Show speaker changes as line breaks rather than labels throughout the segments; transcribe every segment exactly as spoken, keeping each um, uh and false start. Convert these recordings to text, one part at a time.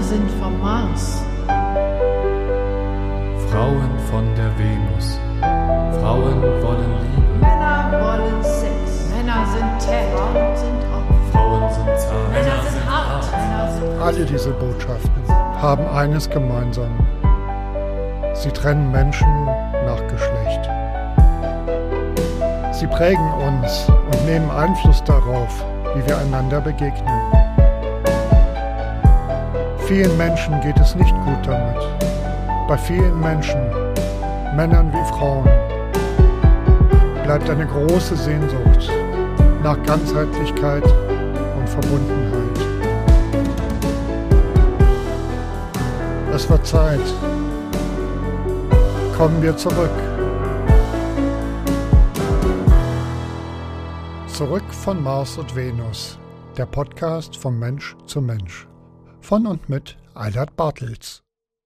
sind vom Mars.
Frauen von der Venus. Frauen wollen Liebe.
Männer wollen Sex. Männer sind Ted. Frauen sind Opfer.
Frauen sind zart.
Männer sind hart. Männer sind
Alle diese Botschaften haben eines gemeinsam. Sie trennen Menschen nach Geschlecht. Sie prägen uns und nehmen Einfluss darauf, wie wir einander begegnen. Vielen Menschen geht es nicht gut damit. Bei vielen Menschen, Männern wie Frauen, bleibt eine große Sehnsucht nach Ganzheitlichkeit und Verbundenheit. Es wird Zeit. Kommen wir zurück. Zurück von Mars und Venus, der Podcast vom Mensch zu Mensch. Von und mit Eilert Bartels.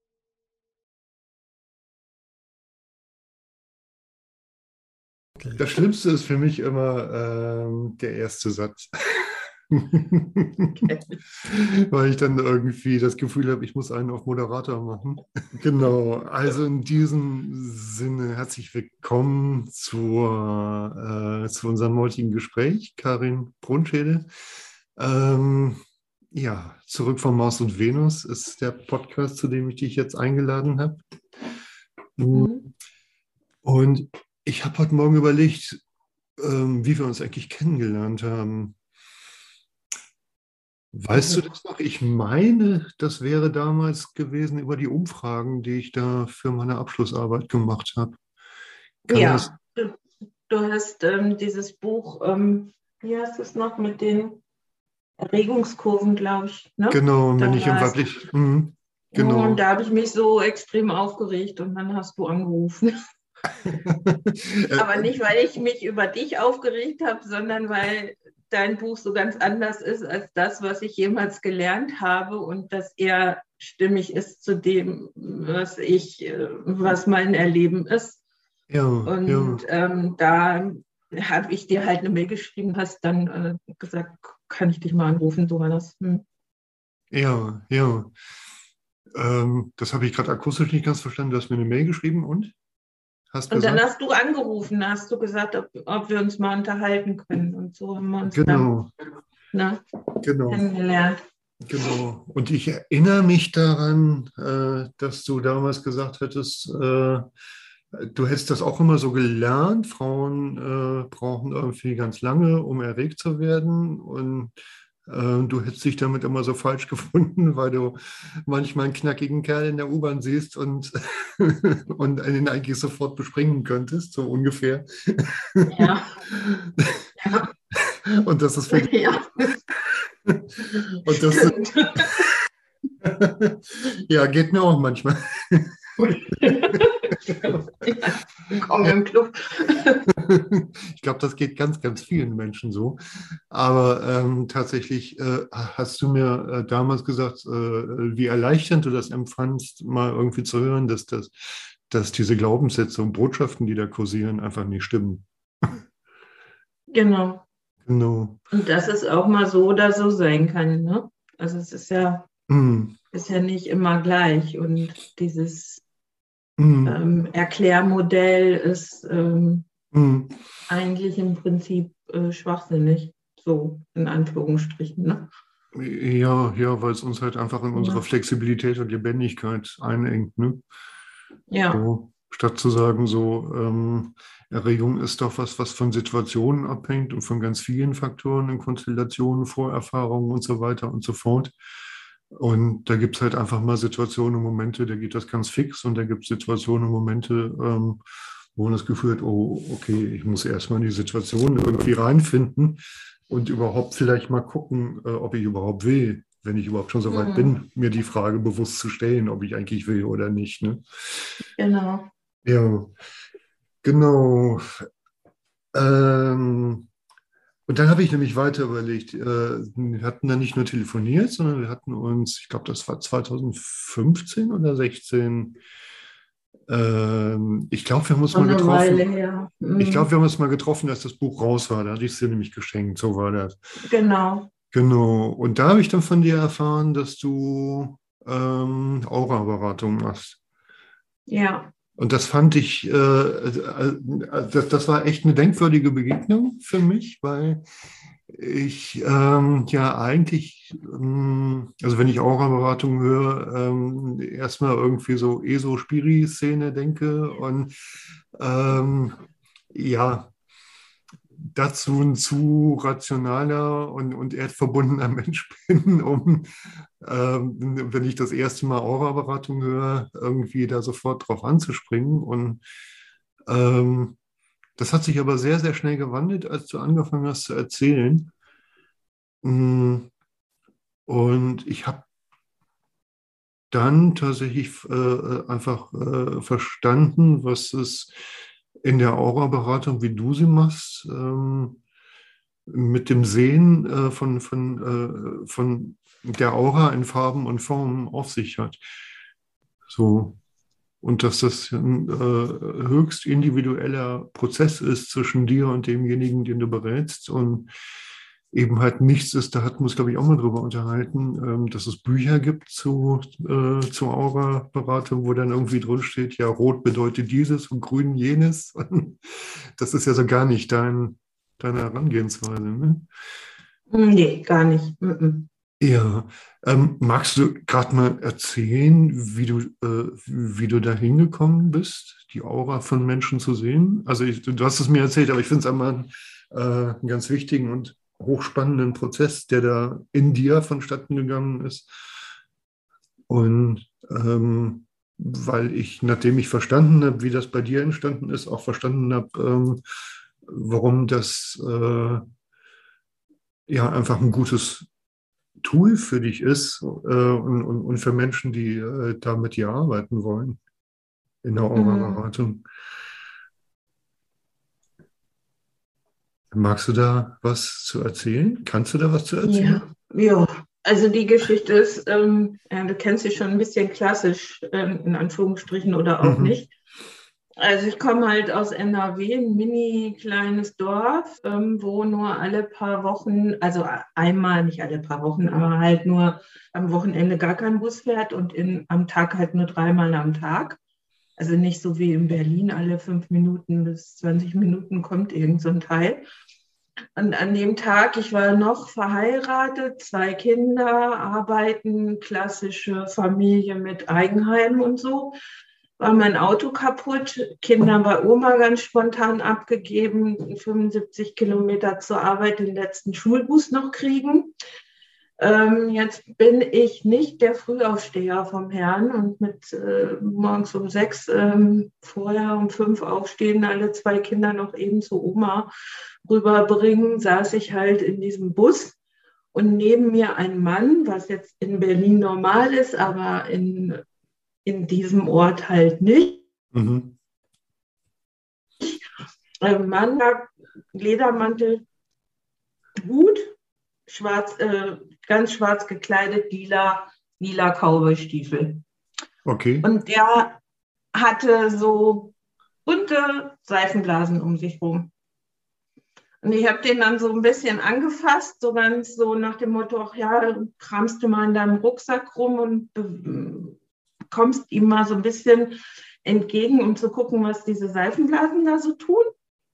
Das Schlimmste ist für mich immer ähm, der erste Satz. Okay. Weil ich dann irgendwie das Gefühl habe, ich muss einen auf Moderator machen. Genau, also in diesem Sinne herzlich willkommen zur, äh, zu unserem heutigen Gespräch, Karin Brunschede. Ähm, ja, zurück von Mars und Venus ist der Podcast, zu dem ich dich jetzt eingeladen habe. Mhm. Und ich habe heute Morgen überlegt, ähm, wie wir uns eigentlich kennengelernt haben. Weißt du das noch? Ich meine, das wäre damals gewesen über die Umfragen, die ich da für meine Abschlussarbeit gemacht habe. Kann
ja,
das...
du, du hast ähm, dieses Buch, ähm, wie heißt es noch, mit den Erregungskurven, glaube ich. Ne?
Genau,
da
wenn ich im weiblich... Mhm, genau.
Und da habe ich mich so extrem aufgeregt und dann hast du angerufen. Aber nicht, weil ich mich über dich aufgeregt habe, sondern weil dein Buch so ganz anders ist als das, was ich jemals gelernt habe und das eher stimmig ist zu dem, was ich, was mein Erleben ist.
Ja,
und
ja.
Ähm, da habe ich dir halt eine Mail geschrieben, hast dann äh, gesagt, kann ich dich mal anrufen, so war das. Hm.
Ja, ja. Ähm, das habe ich gerade akustisch nicht ganz verstanden. Du hast mir eine Mail geschrieben und? Hast
und
gesagt?
dann hast du angerufen, hast du gesagt, ob, ob wir uns mal unterhalten können. Und so haben wir uns
genau.
dann ne,
genau.
kennengelernt.
Genau. Und ich erinnere mich daran, äh, dass du damals gesagt hättest, äh, du hättest das auch immer so gelernt. Frauen äh, brauchen irgendwie ganz lange, um erregt zu werden. Und äh, du hättest dich damit immer so falsch gefunden, weil du manchmal einen knackigen Kerl in der U-Bahn siehst und, und einen eigentlich sofort bespringen könntest, so ungefähr.
Ja. ja.
Und das ist für dich.
Ja.
Und das ja, geht mir auch manchmal.
Komm im Club.
Ich glaube, das geht ganz, ganz vielen Menschen so. Aber ähm, tatsächlich äh, hast du mir äh, damals gesagt, äh, wie erleichternd du das empfandst, mal irgendwie zu hören, dass, das, dass diese Glaubenssätze und Botschaften, die da kursieren, einfach nicht stimmen.
Genau.
Genau.
Und dass es auch mal so oder so sein kann. Ne? Also es ist ja, mm. ist ja nicht immer gleich. Und dieses mm. ähm, Erklärmodell ist ähm, mm. eigentlich im Prinzip äh, schwachsinnig. So in Anführungsstrichen. Ne?
Ja, ja, weil es uns halt einfach in ja. unserer Flexibilität und Lebendigkeit einengt. Ne?
Ja.
So, statt zu sagen, so ähm, Erregung ist doch was, was von Situationen abhängt und von ganz vielen Faktoren in Konstellationen, Vorerfahrungen und so weiter und so fort. Und da gibt es halt einfach mal Situationen und Momente, da geht das ganz fix und da gibt es Situationen und Momente, ähm, wo man das Gefühl hat, oh, okay, ich muss erstmal in die Situation irgendwie reinfinden und überhaupt vielleicht mal gucken, äh, ob ich überhaupt will, wenn ich überhaupt schon so weit mhm. bin, mir die Frage bewusst zu stellen, ob ich eigentlich will oder nicht. Ne?
Genau.
Ja. Genau. Ähm, und dann habe ich nämlich weiter überlegt. Äh, wir hatten dann nicht nur telefoniert, sondern wir hatten uns, ich glaube, das war zwanzig fünfzehn oder sechzehn. Ähm, ich glaube, wir haben uns mal getroffen.
Weile her. Mhm.
Ich glaube, wir haben uns mal getroffen, als das Buch raus war. Da hatte ich es dir nämlich geschenkt. So war das.
Genau.
Genau. Und da habe ich dann von dir erfahren, dass du ähm, Aura-Beratung machst.
Ja.
Und das fand ich, äh, äh, das, das war echt eine denkwürdige Begegnung für mich, weil ich ähm, ja eigentlich, ähm, also wenn ich Aura-Beratung höre, ähm, erstmal irgendwie so ESO-Spiri-Szene denke und ähm, ja, dazu ein zu rationaler und, und erdverbundener Mensch bin, um, ähm, wenn ich das erste Mal Aura-Beratung höre, irgendwie da sofort drauf anzuspringen. Und ähm, das hat sich aber sehr, sehr schnell gewandelt, als du angefangen hast zu erzählen. Mm, Und ich habe dann tatsächlich äh, einfach äh, verstanden, was es in der Aura-Beratung, wie du sie machst, ähm, mit dem Sehen äh, von, von, äh, von der Aura in Farben und Formen auf sich hat. So. Und dass das ein äh, höchst individueller Prozess ist zwischen dir und demjenigen, den du berätst. Und eben halt nichts ist, da hatten wir uns, glaube ich, auch mal drüber unterhalten, ähm, dass es Bücher gibt zu, äh, zu Aura-Beratung, wo dann irgendwie drin steht, ja, rot bedeutet dieses und grün jenes. Das ist ja so gar nicht dein, deine Herangehensweise, ne?
Nee, gar nicht. Mm-mm.
Ja, ähm, magst du gerade mal erzählen, wie du, äh, wie du da hingekommen bist, die Aura von Menschen zu sehen? Also ich, du hast es mir erzählt, aber ich finde es einmal äh, einen ganz wichtigen und hochspannenden Prozess, der da in dir vonstatten gegangen ist. Und ähm, weil ich, nachdem ich verstanden habe, wie das bei dir entstanden ist, auch verstanden habe, ähm, warum das äh, ja einfach ein gutes Tool für dich ist äh, und, und, und für Menschen, die äh, da mit dir arbeiten wollen in der Aura-Beratung. Magst du da was zu erzählen? Kannst du da was zu erzählen?
Ja, ja. Also die Geschichte ist, ähm, ja, du kennst sie schon ein bisschen klassisch, ähm, in Anführungsstrichen oder auch
Mhm.
nicht. Also ich komme halt aus N R W, ein mini kleines Dorf, ähm, wo nur alle paar Wochen, also einmal, nicht alle paar Wochen, aber halt nur am Wochenende gar kein Bus fährt und in, am Tag halt nur dreimal am Tag. Also nicht so wie in Berlin, alle fünf Minuten bis zwanzig Minuten kommt irgend so ein Teil. Und an dem Tag, ich war noch verheiratet, zwei Kinder, arbeiten, klassische Familie mit Eigenheim und so, war mein Auto kaputt, Kinder bei Oma ganz spontan abgegeben, fünfundsiebzig Kilometer zur Arbeit, den letzten Schulbus noch kriegen. Ähm, jetzt bin ich nicht der Frühaufsteher vom Herrn und mit äh, morgens um sechs, ähm, vorher um fünf aufstehen, alle zwei Kinder noch eben zu Oma rüberbringen, saß ich halt in diesem Bus und neben mir ein Mann, was jetzt in Berlin normal ist, aber in, in diesem Ort halt nicht.
Mhm.
Ein Mann, Ledermantel, Hut, schwarz, äh, ganz schwarz gekleidet, lila, lila Cowboystiefel.
Okay.
Und der hatte so bunte Seifenblasen um sich rum. Und ich habe den dann so ein bisschen angefasst, so ganz so nach dem Motto, ach ja, kramst du mal in deinem Rucksack rum und kommst ihm mal so ein bisschen entgegen, um zu gucken, was diese Seifenblasen da so tun.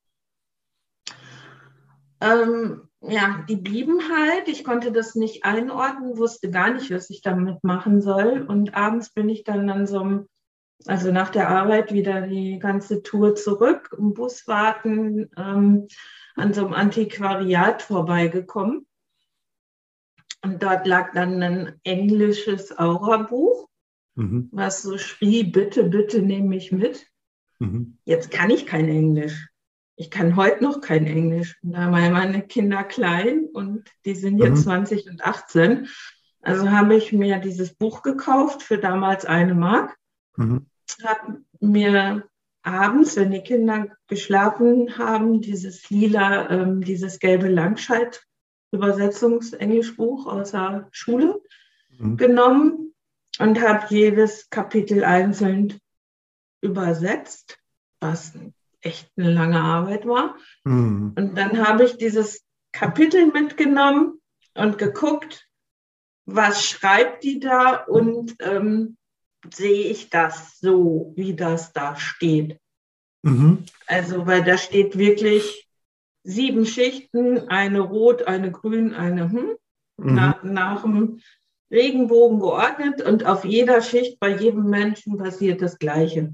Ähm, ja, die blieben halt. Ich konnte das nicht einordnen, wusste gar nicht, was ich damit machen soll. Und abends bin ich dann an so einem, also nach der Arbeit wieder die ganze Tour zurück, im Bus warten, ähm, an so einem Antiquariat vorbeigekommen. Und dort lag dann ein englisches Aura-Buch, mhm. was so schrie, bitte, bitte nehme mich mit. Mhm. Jetzt kann ich kein Englisch. Ich kann heute noch kein Englisch. Da waren meine Kinder klein und die sind jetzt mhm. zwanzig und achtzehn. Also habe ich mir dieses Buch gekauft für damals eine Mark. Mhm. Habe mir abends, wenn die Kinder geschlafen haben, dieses lila, ähm, dieses gelbe Langscheid-Übersetzungs-Englischbuch aus der Schule mhm. genommen und habe jedes Kapitel einzeln übersetzt, was echt eine lange Arbeit war. Mhm. Und dann habe ich dieses Kapitel mitgenommen und geguckt, was schreibt die da und ähm, sehe ich das so, wie das da steht.
Mhm.
Also, weil da steht wirklich sieben Schichten, eine rot, eine grün, eine hm,
Mhm.
nach, nach dem Regenbogen geordnet und auf jeder Schicht bei jedem Menschen passiert das Gleiche.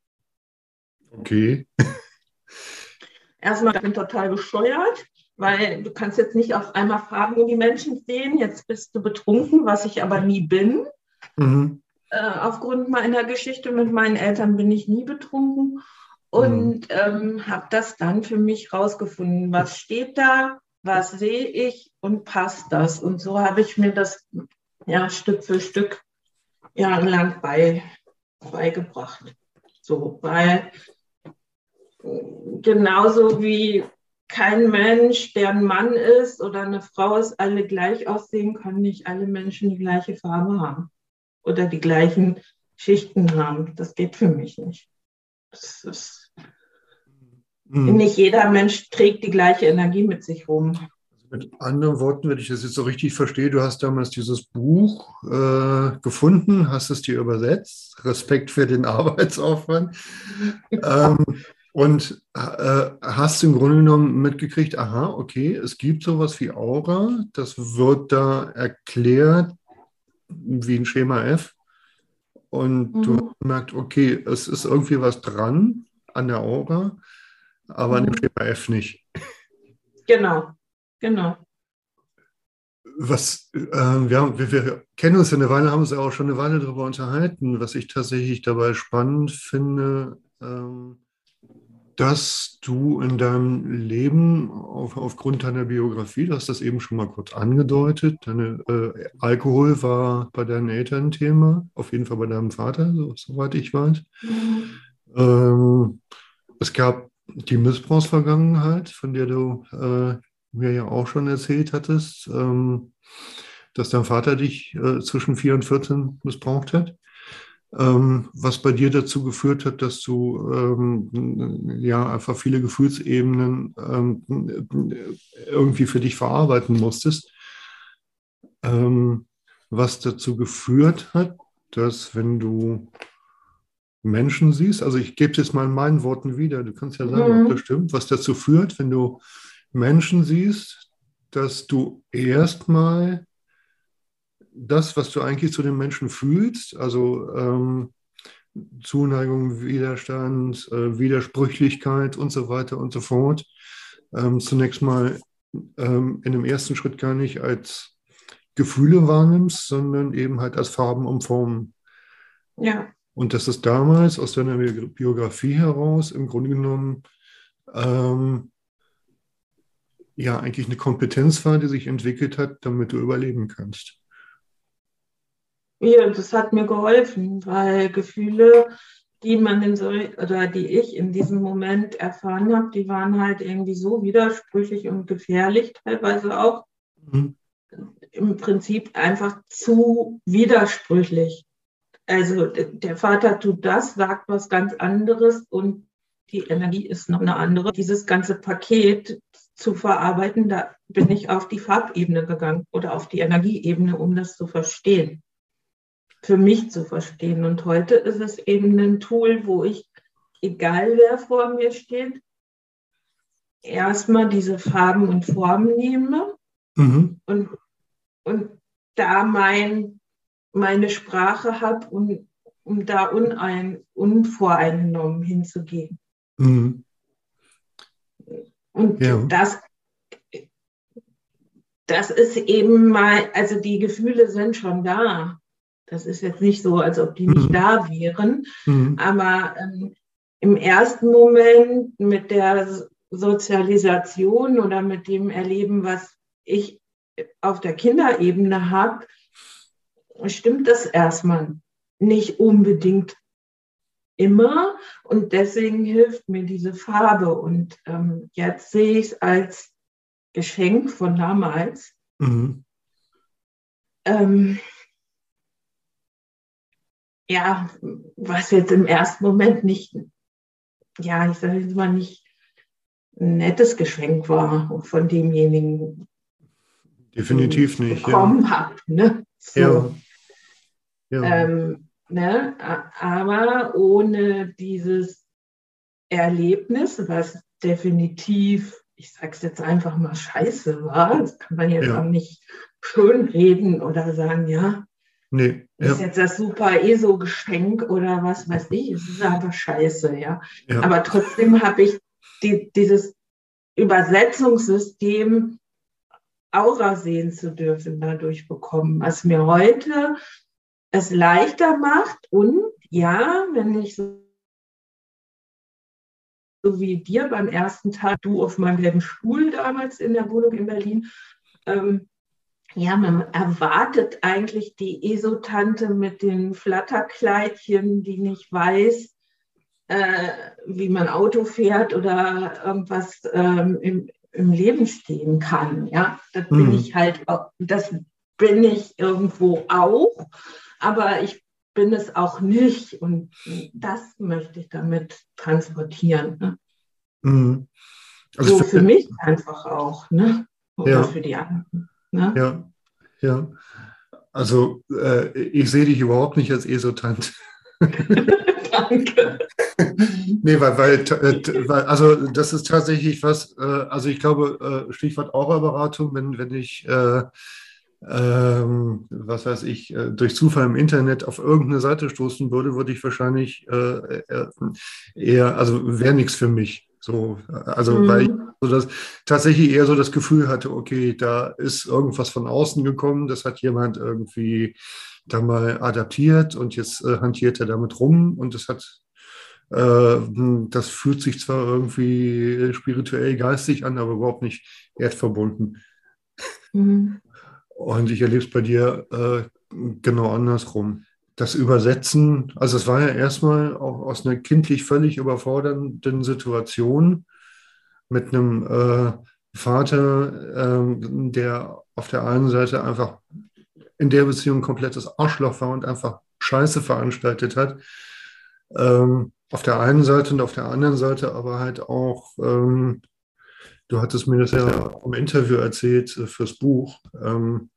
Okay.
Erstmal, ich bin total bescheuert, weil du kannst jetzt nicht auf einmal Farben in die Menschen sehen, jetzt bist du betrunken, was ich aber nie bin.
Mhm.
Äh, aufgrund meiner Geschichte mit meinen Eltern bin ich nie betrunken und ähm, habe das dann für mich rausgefunden, was steht da, was sehe ich und passt das. Und so habe ich mir das ja, Stück für Stück jahrelang bei, beigebracht. So, weil genauso wie kein Mensch, der ein Mann ist oder eine Frau ist, alle gleich aussehen, können nicht alle Menschen die gleiche Farbe haben oder die gleichen Schichten haben. Das geht für mich nicht. Das ist,
Mhm.
nicht jeder Mensch trägt die gleiche Energie mit sich rum.
Mit anderen Worten, wenn ich das jetzt so richtig verstehe, du hast damals dieses Buch äh, gefunden, hast es dir übersetzt, Respekt für den Arbeitsaufwand, ähm, und äh, hast im Grunde genommen mitgekriegt, aha, okay, es gibt sowas wie Aura, das wird da erklärt wie ein Schema F und
Mhm.
du hast gemerkt, okay, es ist irgendwie was dran an der Aura, aber an dem
Mhm.
Schema F nicht.
Genau, genau.
Was, äh, wir, haben, wir, wir kennen uns ja eine Weile, haben uns ja auch schon eine Weile darüber unterhalten. Was ich tatsächlich dabei spannend finde, ähm, dass du in deinem Leben auf, aufgrund deiner Biografie, du hast das eben schon mal kurz angedeutet, deine, äh, Alkohol war bei deinen Eltern ein Thema, auf jeden Fall bei deinem Vater, so, soweit ich weiß.
Mhm.
Ähm, es gab die Missbrauchsvergangenheit, von der du äh, mir ja auch schon erzählt hattest, ähm, dass dein Vater dich äh, zwischen vier und vierzehn missbraucht hat, ähm, was bei dir dazu geführt hat, dass du ähm, ja einfach viele Gefühlsebenen ähm, irgendwie für dich verarbeiten musstest, ähm, was dazu geführt hat, dass wenn du Menschen siehst, also ich gebe es jetzt mal in meinen Worten wieder, du kannst ja sagen, ob das
Mhm.
stimmt, was dazu führt, wenn du Menschen siehst, dass du erstmal das, was du eigentlich zu den Menschen fühlst, also ähm, Zuneigung, Widerstand, äh, Widersprüchlichkeit und so weiter und so fort, ähm, zunächst mal ähm, in dem ersten Schritt gar nicht als Gefühle wahrnimmst, sondern eben halt als Farben und Formen.
Ja.
Und dass es damals aus deiner Biografie heraus im Grunde genommen ähm, ja eigentlich eine Kompetenz war, die sich entwickelt hat, damit du überleben kannst.
Ja, das hat mir geholfen, weil Gefühle, die man in so, oder die ich in diesem Moment erfahren habe, die waren halt irgendwie so widersprüchlich und gefährlich, teilweise auch
Mhm.
im Prinzip einfach zu widersprüchlich. Also der Vater tut das, sagt was ganz anderes und die Energie ist noch eine andere. Dieses ganze Paket zu verarbeiten, da bin ich auf die Farbebene gegangen oder auf die Energieebene, um das zu verstehen, für mich zu verstehen. Und heute ist es eben ein Tool, wo ich, egal wer vor mir steht, erstmal diese Farben und Formen nehme
Mhm.
und, und da mein meine Sprache habe, um, um da unein, unvoreingenommen hinzugehen.
Mhm.
Und
Ja.
das, das ist eben mal, also die Gefühle sind schon da. Das ist jetzt nicht so, als ob die nicht
Mhm.
da wären.
Mhm.
Aber ähm, im ersten Moment mit der Sozialisation oder mit dem Erleben, was ich auf der Kinderebene habe, stimmt das erstmal nicht unbedingt immer und deswegen hilft mir diese Farbe und ähm, jetzt sehe ich es als Geschenk von damals.
Mhm.
Ähm, ja, was jetzt im ersten Moment nicht, ja, ich sage jetzt mal nicht ein nettes Geschenk war von demjenigen, den
Definitiv
ich
nicht, ja.
bekommen habe. Ne? So.
Ja. Ja.
Ähm, ne? Aber ohne dieses Erlebnis, was definitiv, ich sag's jetzt einfach mal, scheiße war, das kann man jetzt
Ja.
auch nicht schönreden oder sagen, ja,
Nee.
ist
Ja.
jetzt das super E S O-Geschenk oder was weiß ich, es ist einfach scheiße, ja.
Ja.
Aber trotzdem habe ich die, dieses Übersetzungssystem Aura sehen zu dürfen dadurch bekommen, was mir heute es leichter macht. Und ja, wenn ich so, so wie dir beim ersten Tag, du auf meinem gelben Stuhl damals in der Wohnung in Berlin, ähm, ja, man erwartet eigentlich die ESO-Tante mit den Flatterkleidchen, die nicht weiß, äh, wie man Auto fährt oder irgendwas ähm, im, im Leben stehen kann. Ja, das bin
Mhm.
ich halt, das bin ich irgendwo auch, aber ich bin es auch nicht. Und das möchte ich damit transportieren. Ne?
Mhm. Also
So
ich
für
finde,
mich einfach auch, ne? Oder
ja,
für die anderen. Ne?
ja, ja. Also äh, ich sehe dich überhaupt nicht als Esotant.
Danke.
Nee, weil, weil, äh, weil, also das ist tatsächlich was, äh, also ich glaube, äh, Stichwort Aura-Beratung, wenn, wenn ich, äh, ähm, was weiß ich, äh, durch Zufall im Internet auf irgendeine Seite stoßen würde, würde ich wahrscheinlich äh, äh, eher, also wäre nichts für mich. So, also weil ich
Mhm.
so das, tatsächlich eher so das Gefühl hatte, okay, da ist irgendwas von außen gekommen, das hat jemand irgendwie da mal adaptiert und jetzt äh, hantiert er damit rum und das hat äh, das fühlt sich zwar irgendwie spirituell, geistig an, aber überhaupt nicht erdverbunden.
Mhm.
Und ich erlebe es bei dir äh, genau andersrum. Das Übersetzen, also es war ja erstmal auch aus einer kindlich völlig überfordernden Situation mit einem äh, Vater, ähm, der auf der einen Seite einfach in der Beziehung ein komplettes Arschloch war und einfach Scheiße veranstaltet hat. Ähm, auf der einen Seite und auf der anderen Seite aber halt auch, ähm, du hattest mir das ja im Interview erzählt äh, fürs Buch, ähm,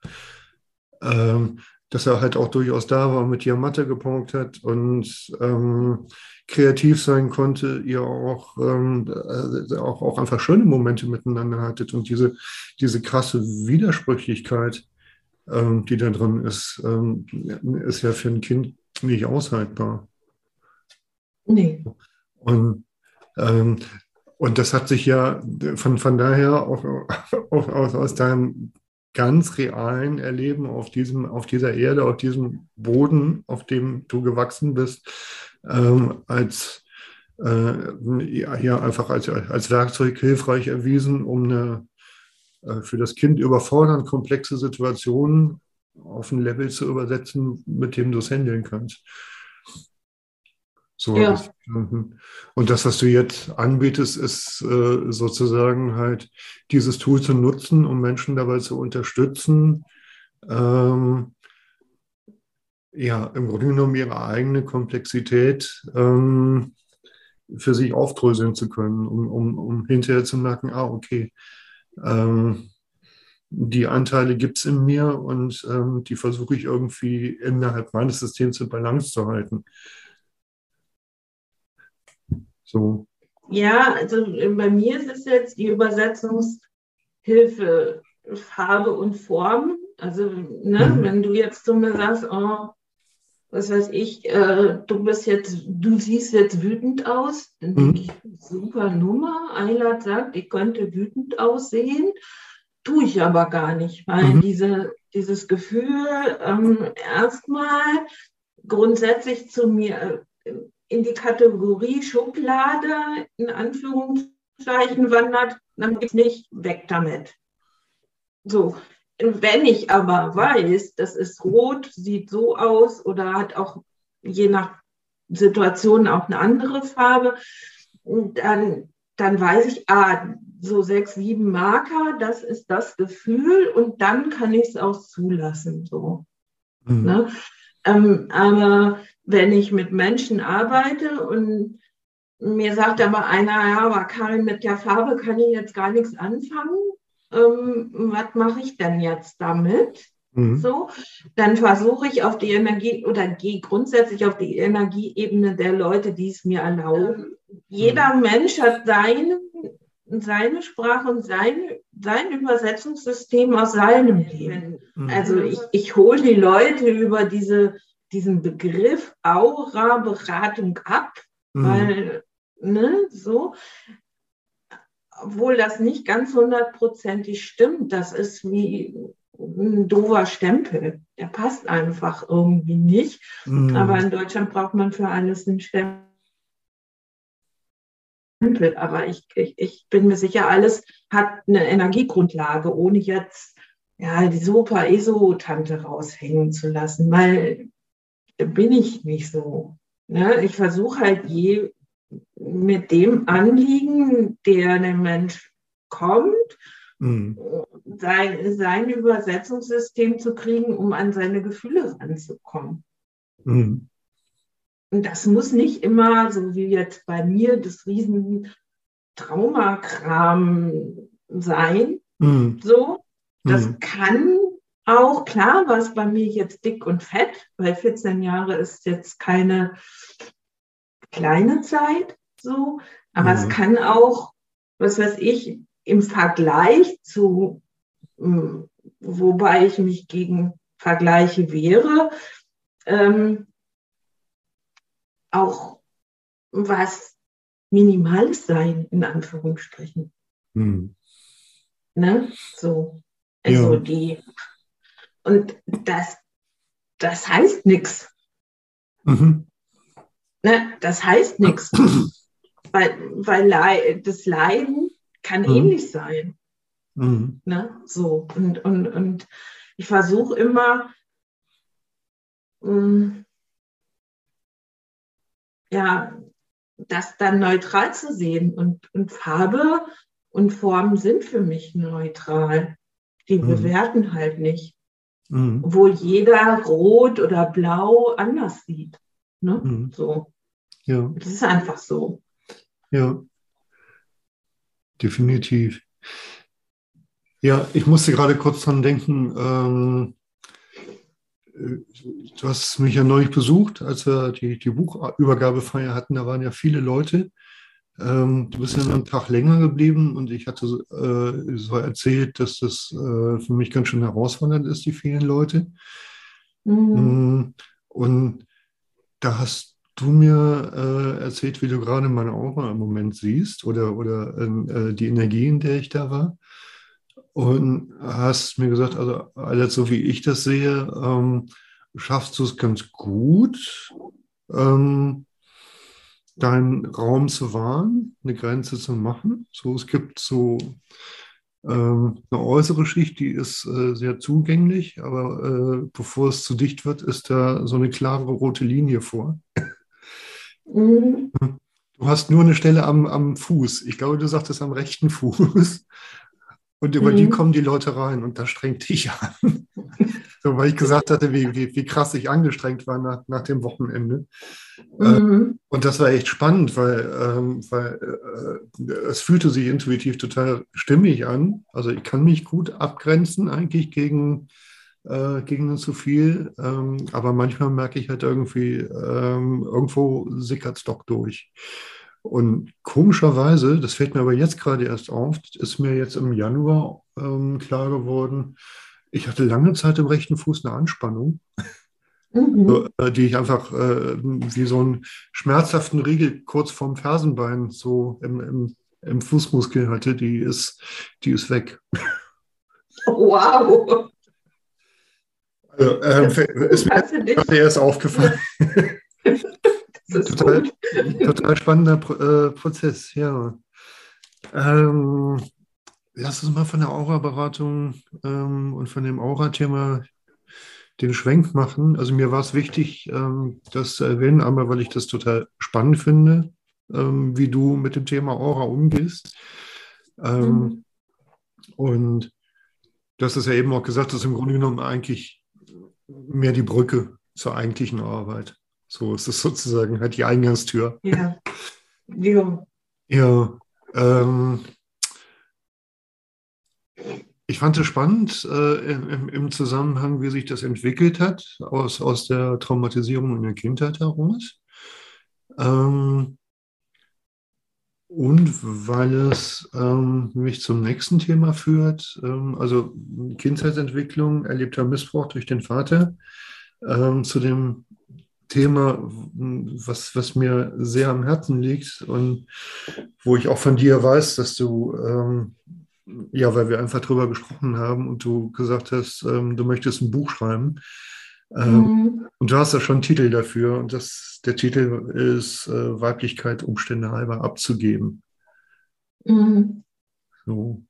ähm, dass er halt auch durchaus da war und mit dir Mathe gepunkt hat und ähm, kreativ sein konnte, ihr auch, ähm, äh, auch, auch einfach schöne Momente miteinander hattet und diese, diese krasse Widersprüchlichkeit, ähm, die da drin ist, ähm, ist ja für ein Kind nicht aushaltbar.
Nee.
Und, ähm, und das hat sich ja von, von daher auch, auch aus, aus deinem ganz realen Erleben auf diesem, auf dieser Erde, auf diesem Boden, auf dem du gewachsen bist, ähm, als äh, ja, ja, einfach als, als Werkzeug hilfreich erwiesen, um eine äh, für das Kind überfordernd komplexe Situationen auf ein Level zu übersetzen, mit dem du es handeln kannst. So habe ich es
Ja.
verstanden. Und das, was du jetzt anbietest, ist äh, sozusagen halt dieses Tool zu nutzen, um Menschen dabei zu unterstützen, ähm, ja, im Grunde genommen ihre eigene Komplexität ähm, für sich aufdröseln zu können, um, um, um hinterher zu merken, ah, okay, ähm, die Anteile gibt es in mir und ähm, die versuche ich irgendwie innerhalb meines Systems in Balance zu halten. So.
Ja, also bei mir ist es jetzt die Übersetzungshilfe Farbe und Form. Also, ne,
Mhm.
wenn du jetzt zu mir sagst, oh, was weiß ich, äh, du bist jetzt, du siehst jetzt wütend aus, dann denke ich, super Nummer. Eilert sagt, ich könnte wütend aussehen, tue ich aber gar nicht, weil
Mhm.
diese, dieses Gefühl ähm, erstmal grundsätzlich zu mir äh, in die Kategorie Schublade in Anführungszeichen wandert, dann geht's nicht weg damit. So, wenn ich aber weiß, das ist rot, sieht so aus oder hat auch je nach Situation auch eine andere Farbe, dann, dann weiß ich, ah, so sechs, sieben Marker, das ist das Gefühl und dann kann ich es auch zulassen. So.
Mhm.
Ne? Ähm, aber wenn ich mit Menschen arbeite und mir sagt aber einer, ja, aber Karin, mit der Farbe kann ich jetzt gar nichts anfangen, ähm, was mache ich denn jetzt damit?
Mhm.
So, dann versuche ich auf die Energie oder gehe grundsätzlich auf die Energieebene der Leute, die es mir erlauben. Jeder
Mhm.
Mensch hat seine, seine Sprache und sein, sein Übersetzungssystem aus seinem Leben.
Mhm.
Also ich, ich hole die Leute über diese, diesen Begriff Aura-Beratung ab,
Mhm.
weil, ne, so, obwohl das nicht ganz hundertprozentig stimmt, das ist wie ein doofer Stempel. Der passt einfach irgendwie nicht.
Mhm.
Aber in Deutschland braucht man für alles einen Stempel. Aber ich, ich, ich bin mir sicher, alles hat eine Energiegrundlage, ohne jetzt ja, die super E S O-Tante raushängen zu lassen, weil bin ich nicht so. Ne? Ich versuche halt je mit dem Anliegen, der der Mensch kommt,
Mhm.
sein, sein Übersetzungssystem zu kriegen, um an seine Gefühle ranzukommen.
Mhm.
Und das muss nicht immer, so wie jetzt bei mir, das riesen Traumakram sein.
Mhm.
So, das
Mhm.
kann auch, klar war es bei mir jetzt dick und fett, weil vierzehn Jahre ist jetzt keine kleine Zeit, so, aber
Mhm.
es kann auch, was weiß ich, im Vergleich zu, wobei ich mich gegen Vergleiche wehre, ähm, auch was Minimales sein, in Anführungsstrichen.
Mhm.
Ne? So. Also
Ja.
die, und das, das heißt nichts.
Mhm.
Ne? Das heißt nichts. Weil, weil Lei- das Leiden kann
Mhm.
ähnlich sein.
Mhm.
Ne? So. Und, und, und ich versuche immer, mh, ja, das dann neutral zu sehen. Und, und Farbe und Form sind für mich neutral. Die
Mhm.
bewerten halt nicht.
Mhm.
Obwohl jeder rot oder blau anders sieht. Ne?
Mhm.
So.
Ja.
Das ist einfach so.
Ja, definitiv. Ja, ich musste gerade kurz dran denken, ähm, äh, du hast mich ja neulich besucht, als wir die, die Buchübergabefeier hatten, da waren ja viele Leute. Ähm, du bist ja einen Tag länger geblieben und ich hatte äh, so erzählt, dass das äh, für mich ganz schön herausfordernd ist, die vielen Leute.
Mhm.
Und da hast du mir äh, erzählt, wie du gerade meine Aura im Moment siehst oder, oder äh, die Energie, in der ich da war. Und hast mir gesagt, also alles so wie ich das sehe, ähm, schaffst du es ganz gut, ähm, deinen Raum zu wahren, eine Grenze zu machen. So, es gibt so ähm, eine äußere Schicht, die ist äh, sehr zugänglich, aber äh, bevor es zu dicht wird, ist da so eine klare rote Linie vor.
Mhm.
Du hast nur eine Stelle am, am Fuß. Ich glaube, du sagtest am rechten Fuß. Und über die
Mhm.
kommen die Leute rein und das strengt dich an. So, weil ich gesagt hatte, wie, wie, wie krass ich angestrengt war nach, nach dem Wochenende. Äh,
Mhm.
und das war echt spannend, weil, ähm, weil äh, es fühlte sich intuitiv total stimmig an. Also ich kann mich gut abgrenzen eigentlich gegen, äh, gegen zu viel. Ähm, aber manchmal merke ich halt irgendwie, ähm, irgendwo sickert es doch durch. Und komischerweise, das fällt mir aber jetzt gerade erst auf, ist mir jetzt im Januar ähm, klar geworden, ich hatte lange Zeit im rechten Fuß eine Anspannung, so,
Mhm.
äh, die ich einfach äh, wie so einen schmerzhaften Riegel kurz vorm Fersenbein so im, im, im Fußmuskel hatte, die ist, die ist weg.
Wow.
Also, äh, ist mir
Hast du dich?
gerade erst aufgefallen.
Das ist
Total,
gut.
total spannender Pro äh, Prozess, ja. Ähm, lass uns mal von der Aura-Beratung ähm, und von dem Aura-Thema den Schwenk machen. Also mir war es wichtig, ähm, das zu erwähnen, einmal weil ich das total spannend finde, ähm, wie du mit dem Thema Aura umgehst. Ähm,
Mhm.
und du hast es ja eben auch gesagt, das ist im Grunde genommen eigentlich mehr die Brücke zur eigentlichen Arbeit. So ist es sozusagen halt die Eingangstür.
Ja. Ja.
Ja, ähm, Ich fand es spannend äh, im, im Zusammenhang, wie sich das entwickelt hat, aus, aus der Traumatisierung in der Kindheit heraus. Ähm, und weil es ähm, mich zum nächsten Thema führt, ähm, also Kindheitsentwicklung, erlebter Missbrauch durch den Vater, ähm, zu dem Thema, was, was mir sehr am Herzen liegt und wo ich auch von dir weiß, dass du, ähm, ja, weil wir einfach drüber gesprochen haben und du gesagt hast, ähm, du möchtest ein Buch schreiben. Ähm,
Mhm.
und du hast ja schon einen Titel dafür und das, der Titel ist äh, Weiblichkeit Umstände halber abzugeben.
Mhm.
So.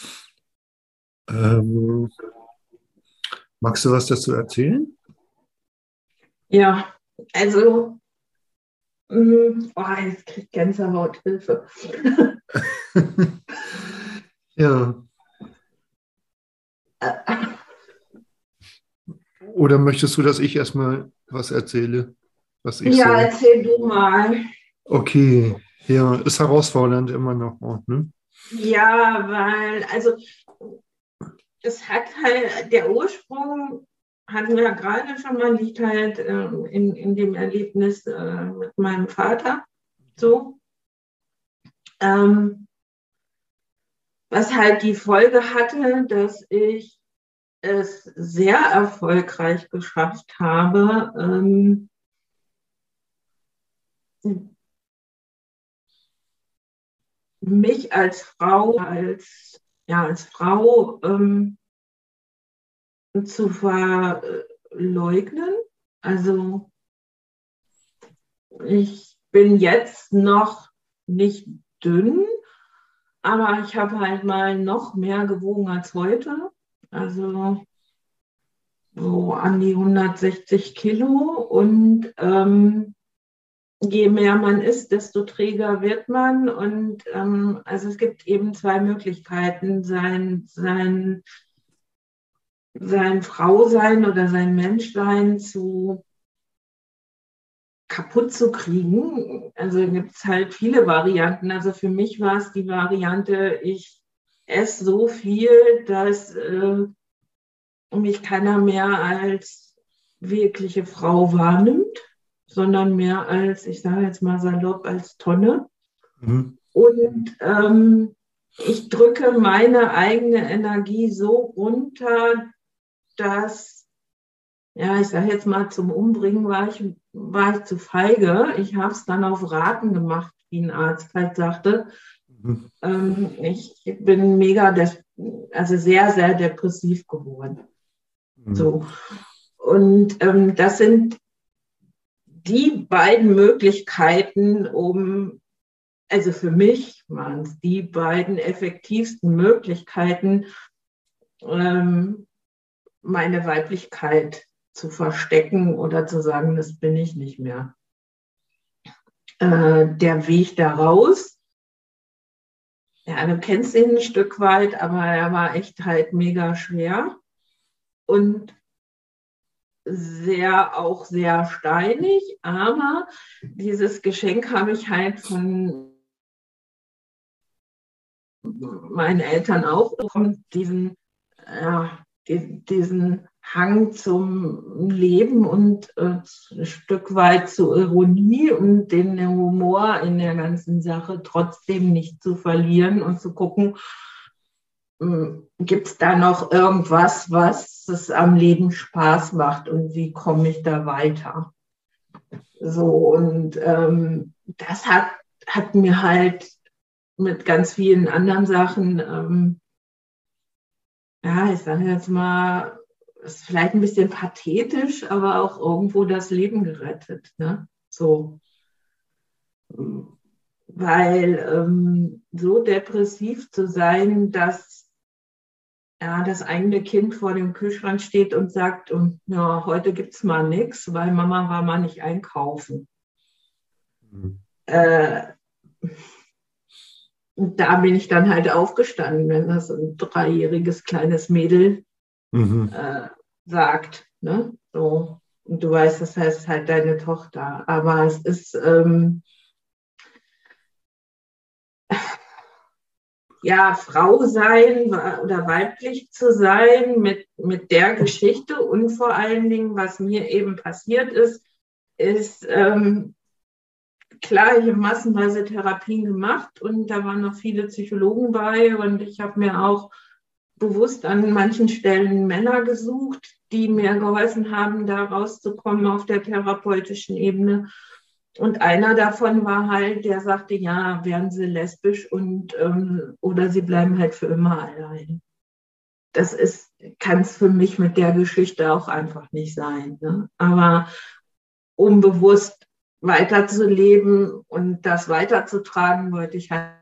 Ähm, magst du was dazu erzählen?
Ja, also, mh, oh, jetzt kriegt Gänsehaut, Hilfe.
Ja.
Äh,
Oder möchtest du, dass ich erstmal was erzähle, was ich
Ja,
so.
erzähl du mal.
Okay, ja, ist herausfordernd immer noch auch, ne?
Ja, weil, also, es hat halt, der Ursprung, hatten wir ja gerade schon mal, liegt halt äh, in, in dem Erlebnis äh, mit meinem Vater. So. Ähm, was halt die Folge hatte, dass ich es sehr erfolgreich geschafft habe, ähm, mich als Frau, als, ja, als Frau ähm, zu verleugnen. Also ich bin jetzt noch nicht dünn, aber ich habe halt mal noch mehr gewogen als heute. Also so an die hundertsechzig Kilo. Und ähm, je mehr man isst, desto träger wird man. Und ähm, also es gibt eben zwei Möglichkeiten, sein, sein, sein Frausein oder sein Menschsein zu kaputt zu kriegen. Also gibt es halt viele Varianten. Also für mich war es die Variante, ich esse so viel, dass äh, mich keiner mehr als wirkliche Frau wahrnimmt, sondern mehr als, ich sage jetzt mal salopp, als Tonne.
Mhm.
Und ähm, ich drücke meine eigene Energie so runter, dass, ja, ich sage jetzt mal, zum Umbringen war ich, war ich zu feige. Ich habe es dann auf Raten gemacht, wie ein Arzt halt sagte.
Mhm.
Ähm, ich bin mega, des, also sehr, sehr depressiv geworden.
Mhm.
So. Und ähm, das sind die beiden Möglichkeiten, um, also für mich waren es die beiden effektivsten Möglichkeiten, ähm, meine Weiblichkeit zu verstecken oder zu sagen, das bin ich nicht mehr. Äh, der Weg daraus, ja, du kennst ihn ein Stück weit, aber er war echt halt mega schwer und sehr, auch sehr steinig, aber dieses Geschenk habe ich halt von meinen Eltern auch bekommen, diesen, ja, die, diesen Hang zum Leben und äh, ein Stück weit zur Ironie und den Humor in der ganzen Sache trotzdem nicht zu verlieren und zu gucken, gibt es da noch irgendwas, was es am Leben Spaß macht und wie komme ich da weiter? So, und ähm, das hat, hat mir halt mit ganz vielen anderen Sachen, ähm, ja, ich sage jetzt mal, ist vielleicht ein bisschen pathetisch, aber auch irgendwo das Leben gerettet. Ne? So. Weil ähm, so depressiv zu sein, dass ja, das eigene Kind vor dem Kühlschrank steht und sagt, und, ja, heute gibt es mal nichts, weil Mama war mal nicht einkaufen.
Mhm.
Äh, und da bin ich dann halt aufgestanden, wenn das ein dreijähriges kleines Mädel
Mhm.
äh, sagt. Ne? So. Und du weißt, das heißt halt deine Tochter. Aber es ist, ähm, ja, Frau sein oder weiblich zu sein mit, mit der Geschichte und vor allen Dingen, was mir eben passiert ist, ist, ähm, klar, ich habe massenweise Therapien gemacht und da waren noch viele Psychologen bei und ich habe mir auch bewusst an manchen Stellen Männer gesucht, die mir geholfen haben, da rauszukommen auf der therapeutischen Ebene. Und einer davon war halt, der sagte, ja, werden Sie lesbisch und ähm, oder Sie bleiben halt für immer allein. Das ist, kann es für mich mit der Geschichte auch einfach nicht sein. Ne? Aber um bewusst weiterzuleben und das weiterzutragen, wollte ich halt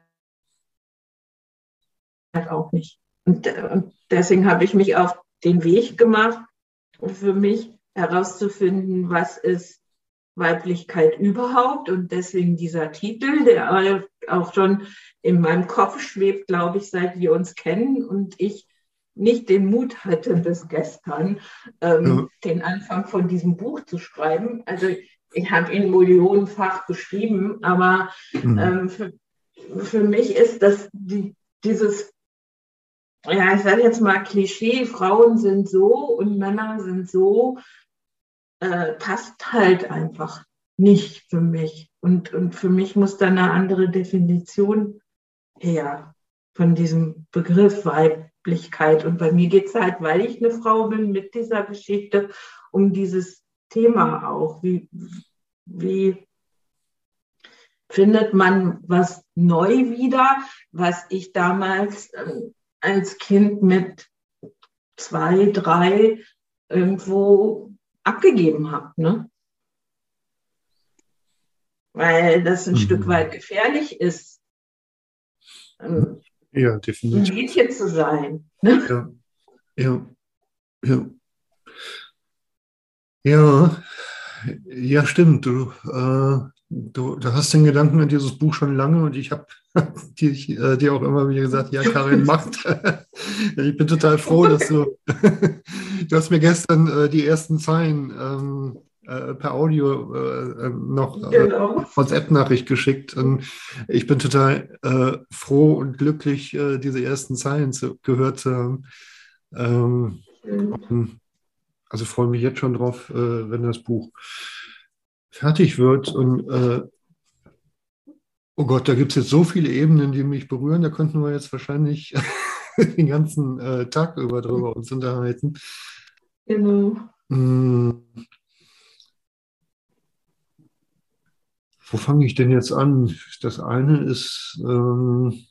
auch nicht. Und, und deswegen habe ich mich auf den Weg gemacht, um für mich herauszufinden, was ist Weiblichkeit überhaupt. Und deswegen dieser Titel, der auch schon in meinem Kopf schwebt, glaube ich, seit wir uns kennen und ich nicht den Mut hatte bis gestern, ähm, ja. den Anfang von diesem Buch zu schreiben. Also ich habe ihn millionenfach geschrieben, aber mhm. ähm, für, für mich ist das die, dieses, ja, ich sage jetzt mal Klischee, Frauen sind so und Männer sind so, äh, passt halt einfach nicht für mich. Und, und für mich muss da eine andere Definition her von diesem Begriff Weiblichkeit. Und bei mir geht es halt, weil ich eine Frau bin, mit dieser Geschichte um dieses Thema auch. Wie, wie findet man was neu wieder, was ich damals äh, als Kind mit zwei, drei irgendwo abgegeben habe, ne? Weil das ein mhm. Stück weit gefährlich ist, ähm,
ja, definitiv.
ein Mädchen zu sein. Ne?
Ja, ja, ja. Ja, ja, stimmt. Du, äh, du, du hast den Gedanken an dieses Buch schon lange und ich habe dir, äh, dir auch immer wieder gesagt, ja, Karin, macht. Ich bin total froh, dass du, du hast mir gestern äh, die ersten Zeilen ähm, äh, per Audio äh, noch äh, genau. WhatsApp-Nachricht geschickt. Und ich bin total äh, froh und glücklich, äh, diese ersten Zeilen zu, gehört zu haben. Ähm, mhm. Also freue mich jetzt schon drauf, äh, wenn das Buch fertig wird. Und äh, oh Gott, da gibt es jetzt so viele Ebenen, die mich berühren. Da könnten wir jetzt wahrscheinlich den ganzen äh, Tag über drüber uns unterhalten.
Genau.
Hm. Wo fange ich denn jetzt an? Das eine ist, ähm,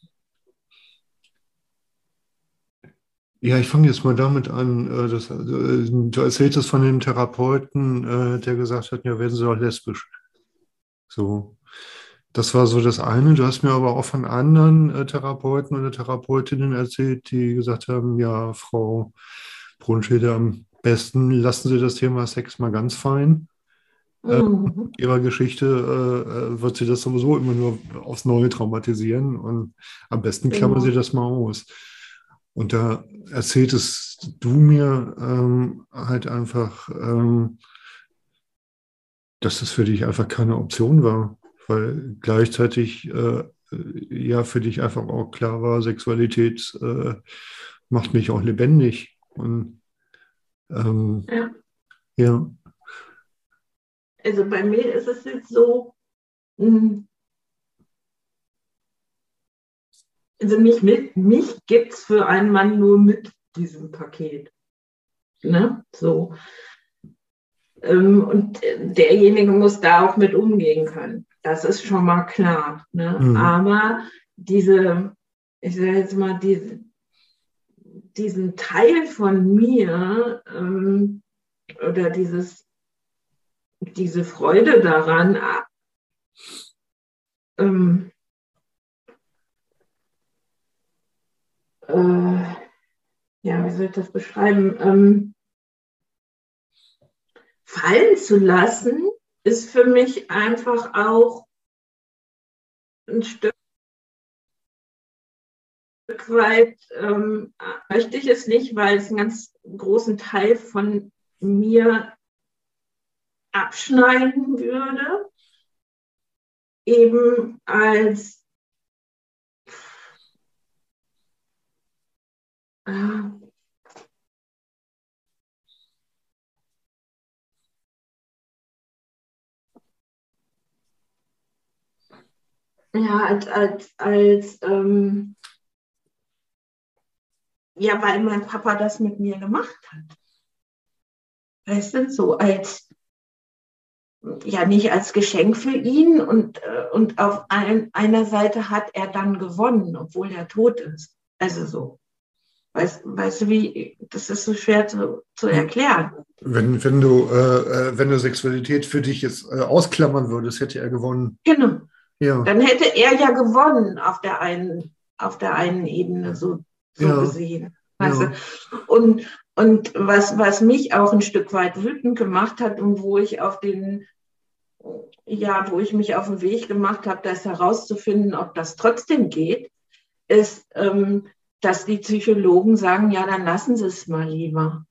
ja, ich fange jetzt mal damit an. Äh, dass, äh, du erzähltest von dem Therapeuten, äh, der gesagt hat, ja, werden Sie doch lesbisch. So. Das war so das eine. Du hast mir aber auch von anderen äh, Therapeuten oder Therapeutinnen erzählt, die gesagt haben, ja, Frau Brunschede, am besten lassen Sie das Thema Sex mal ganz fein. Mhm. Äh, in ihrer Geschichte äh, wird sie das sowieso immer nur aufs Neue traumatisieren und am besten klammern mhm. Sie das mal aus. Und da erzähltest du mir ähm, halt einfach, ähm, dass das für dich einfach keine Option war. Weil gleichzeitig äh, ja für dich einfach auch klar war, Sexualität äh, macht mich auch lebendig. Und ähm,
ja.
ja.
Also bei mir ist es jetzt so, mh, also mich, mit, mich gibt es für einen Mann nur mit diesem Paket. Ne? So. Ähm, und derjenige muss da auch mit umgehen können. Das ist schon mal klar. Ne? Mhm. Aber diese, ich sage jetzt mal, diese, diesen Teil von mir ähm, oder dieses, diese Freude daran, ähm, äh, ja, wie soll ich das beschreiben? Ähm, fallen zu lassen, ist für mich einfach auch ein Stück weit, ähm, möchte ich es nicht, weil es einen ganz großen Teil von mir abschneiden würde, eben als Ah. Ja, als, als, als ähm, ja, weil mein Papa das mit mir gemacht hat. Weißt du, so als, ja, nicht als Geschenk für ihn und, äh, und auf ein, einer Seite hat er dann gewonnen, obwohl er tot ist. Also so. Weißt, weißt du, wie, das ist so schwer zu, zu erklären.
Wenn, wenn, du, äh, wenn du Sexualität für dich jetzt äh, ausklammern würdest, hätte er gewonnen.
Genau.
Ja.
Dann hätte er ja gewonnen auf der einen, auf der einen Ebene, so, so
Ja.
gesehen. Weißt
Ja.
du? Und, und was, was mich auch ein Stück weit wütend gemacht hat und wo ich auf den, ja, wo ich mich auf den Weg gemacht habe, das herauszufinden, ob das trotzdem geht, ist, ähm, dass die Psychologen sagen, ja, dann lassen Sie es mal lieber.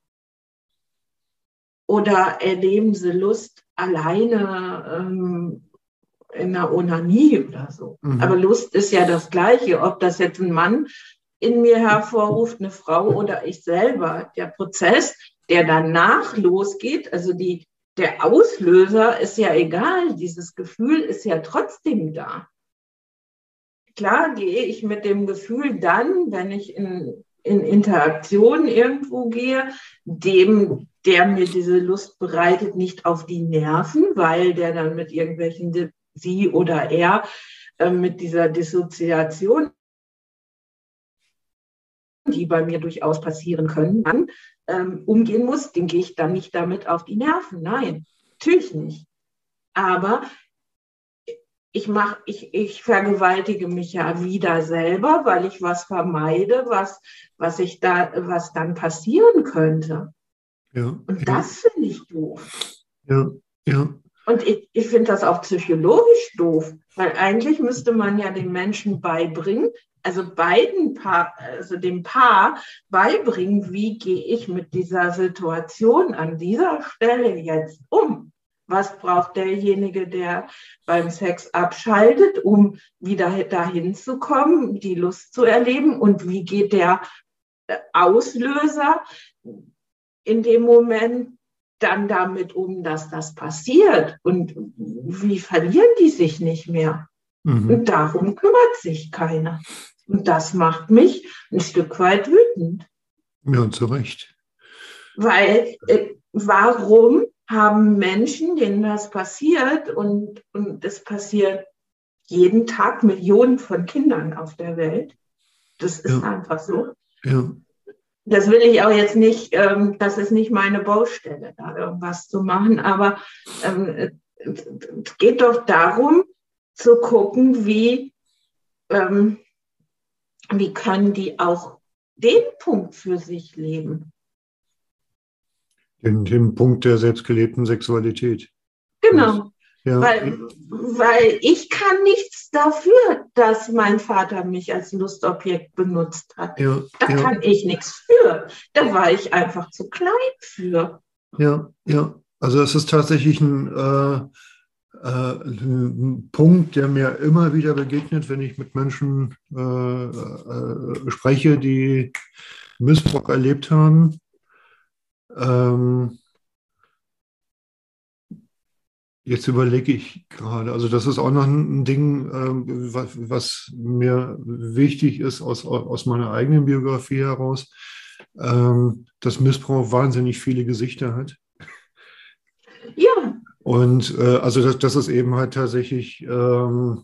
Oder erleben Sie Lust alleine ähm, in der Onanie oder so.
Mhm.
Aber Lust ist ja das Gleiche, ob das jetzt ein Mann in mir hervorruft, eine Frau oder ich selber. Der Prozess, der danach losgeht, also die, der Auslöser ist ja egal, dieses Gefühl ist ja trotzdem da. Klar gehe ich mit dem Gefühl dann, wenn ich in, in Interaktion irgendwo gehe, dem, der mir diese Lust bereitet, nicht auf die Nerven, weil der dann mit irgendwelchen, sie oder er, äh, mit dieser Dissoziation, die bei mir durchaus passieren können, dann, ähm, umgehen muss, dem gehe ich dann nicht damit auf die Nerven. Nein, natürlich nicht. Aber ich, mach, ich, ich vergewaltige mich ja wieder selber, weil ich was vermeide, was, was, ich da, was dann passieren könnte.
Ja.
Und
Ja.
das finde ich doof.
Ja. Ja.
Und ich, ich finde das auch psychologisch doof, weil eigentlich müsste man ja den Menschen beibringen, also beiden Paar, also dem Paar beibringen, wie gehe ich mit dieser Situation an dieser Stelle jetzt um? Was braucht derjenige, der beim Sex abschaltet, um wieder dahin zu kommen, die Lust zu erleben? Und wie geht der Auslöser in dem Moment dann damit um, dass das passiert? Und wie verlieren die sich nicht mehr?
Mhm.
Und darum kümmert sich keiner. Und das macht mich ein Stück weit wütend.
Ja, zu Recht.
Weil, äh, warum haben Menschen, denen das passiert, und, und es passiert jeden Tag Millionen von Kindern auf der Welt, das ist
Ja.
einfach so.
Ja.
Das will ich auch jetzt nicht, ähm, das ist nicht meine Baustelle, da irgendwas zu machen, aber ähm, es geht doch darum, zu gucken, wie, ähm, wie können die auch den Punkt für sich leben.
Den, den Punkt der selbstgelebten Sexualität.
Genau,
Ja.
weil, weil ich kann nichts dafür, dass mein Vater mich als Lustobjekt benutzt hat.
Ja.
Da
Ja.
kann ich nichts für. Da war ich einfach zu klein für.
Ja. Ja. Also es ist tatsächlich ein, äh, äh, ein Punkt, der mir immer wieder begegnet, wenn ich mit Menschen äh, äh, spreche, die Missbrauch erlebt haben. Ähm, jetzt überlege ich gerade, also das ist auch noch ein Ding, ähm, was, was mir wichtig ist aus, aus meiner eigenen Biografie heraus, ähm, dass Missbrauch wahnsinnig viele Gesichter hat.
Ja,
Und äh, also das, dass es eben halt tatsächlich ähm,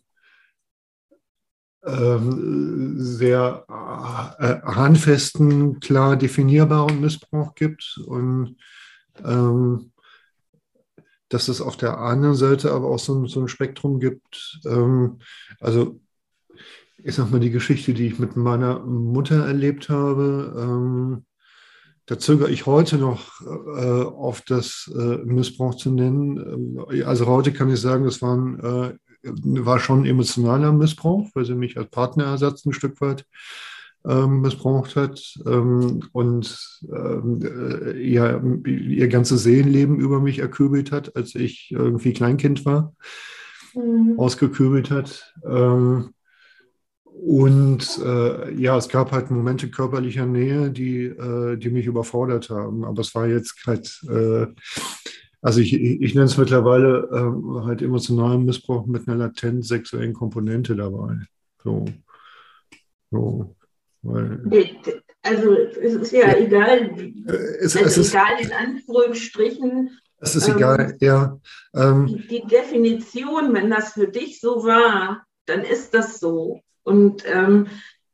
ähm, sehr äh, handfesten, klar definierbaren Missbrauch gibt und ähm, dass es auf der anderen Seite aber auch so ein, so ein Spektrum gibt. Ähm, also ich sag mal, die Geschichte, die ich mit meiner Mutter erlebt habe, ähm, da zögere ich heute noch äh, auf das äh, Missbrauch zu nennen. Also heute kann ich sagen, das war, ein, äh, war schon ein emotionaler Missbrauch, weil sie mich als Partnerersatz ein Stück weit ähm, missbraucht hat ähm, und ähm, äh, ja, ihr ganzes Seelenleben über mich erkübelt hat, als ich irgendwie Kleinkind war,
mhm.
ausgekübelt hat. Ähm, und äh, ja, es gab halt Momente körperlicher Nähe, die, äh, die mich überfordert haben. Aber es war jetzt halt, äh, also ich, ich nenne es mittlerweile äh, halt emotionalen Missbrauch mit einer latent sexuellen Komponente dabei. So, so, weil,
Also es ist ja,
ja,
egal,
es,
also
es ist,
egal in Anführungsstrichen,
es ist
ähm,
egal, ja. Ähm,
die, die Definition, wenn das für dich so war, dann ist das so. Und ähm,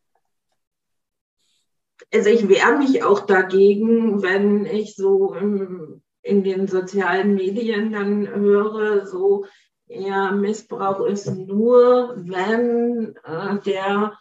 also ich wehre mich auch dagegen, wenn ich so im, in den sozialen Medien dann höre, so, ja, Missbrauch ist nur, wenn äh, der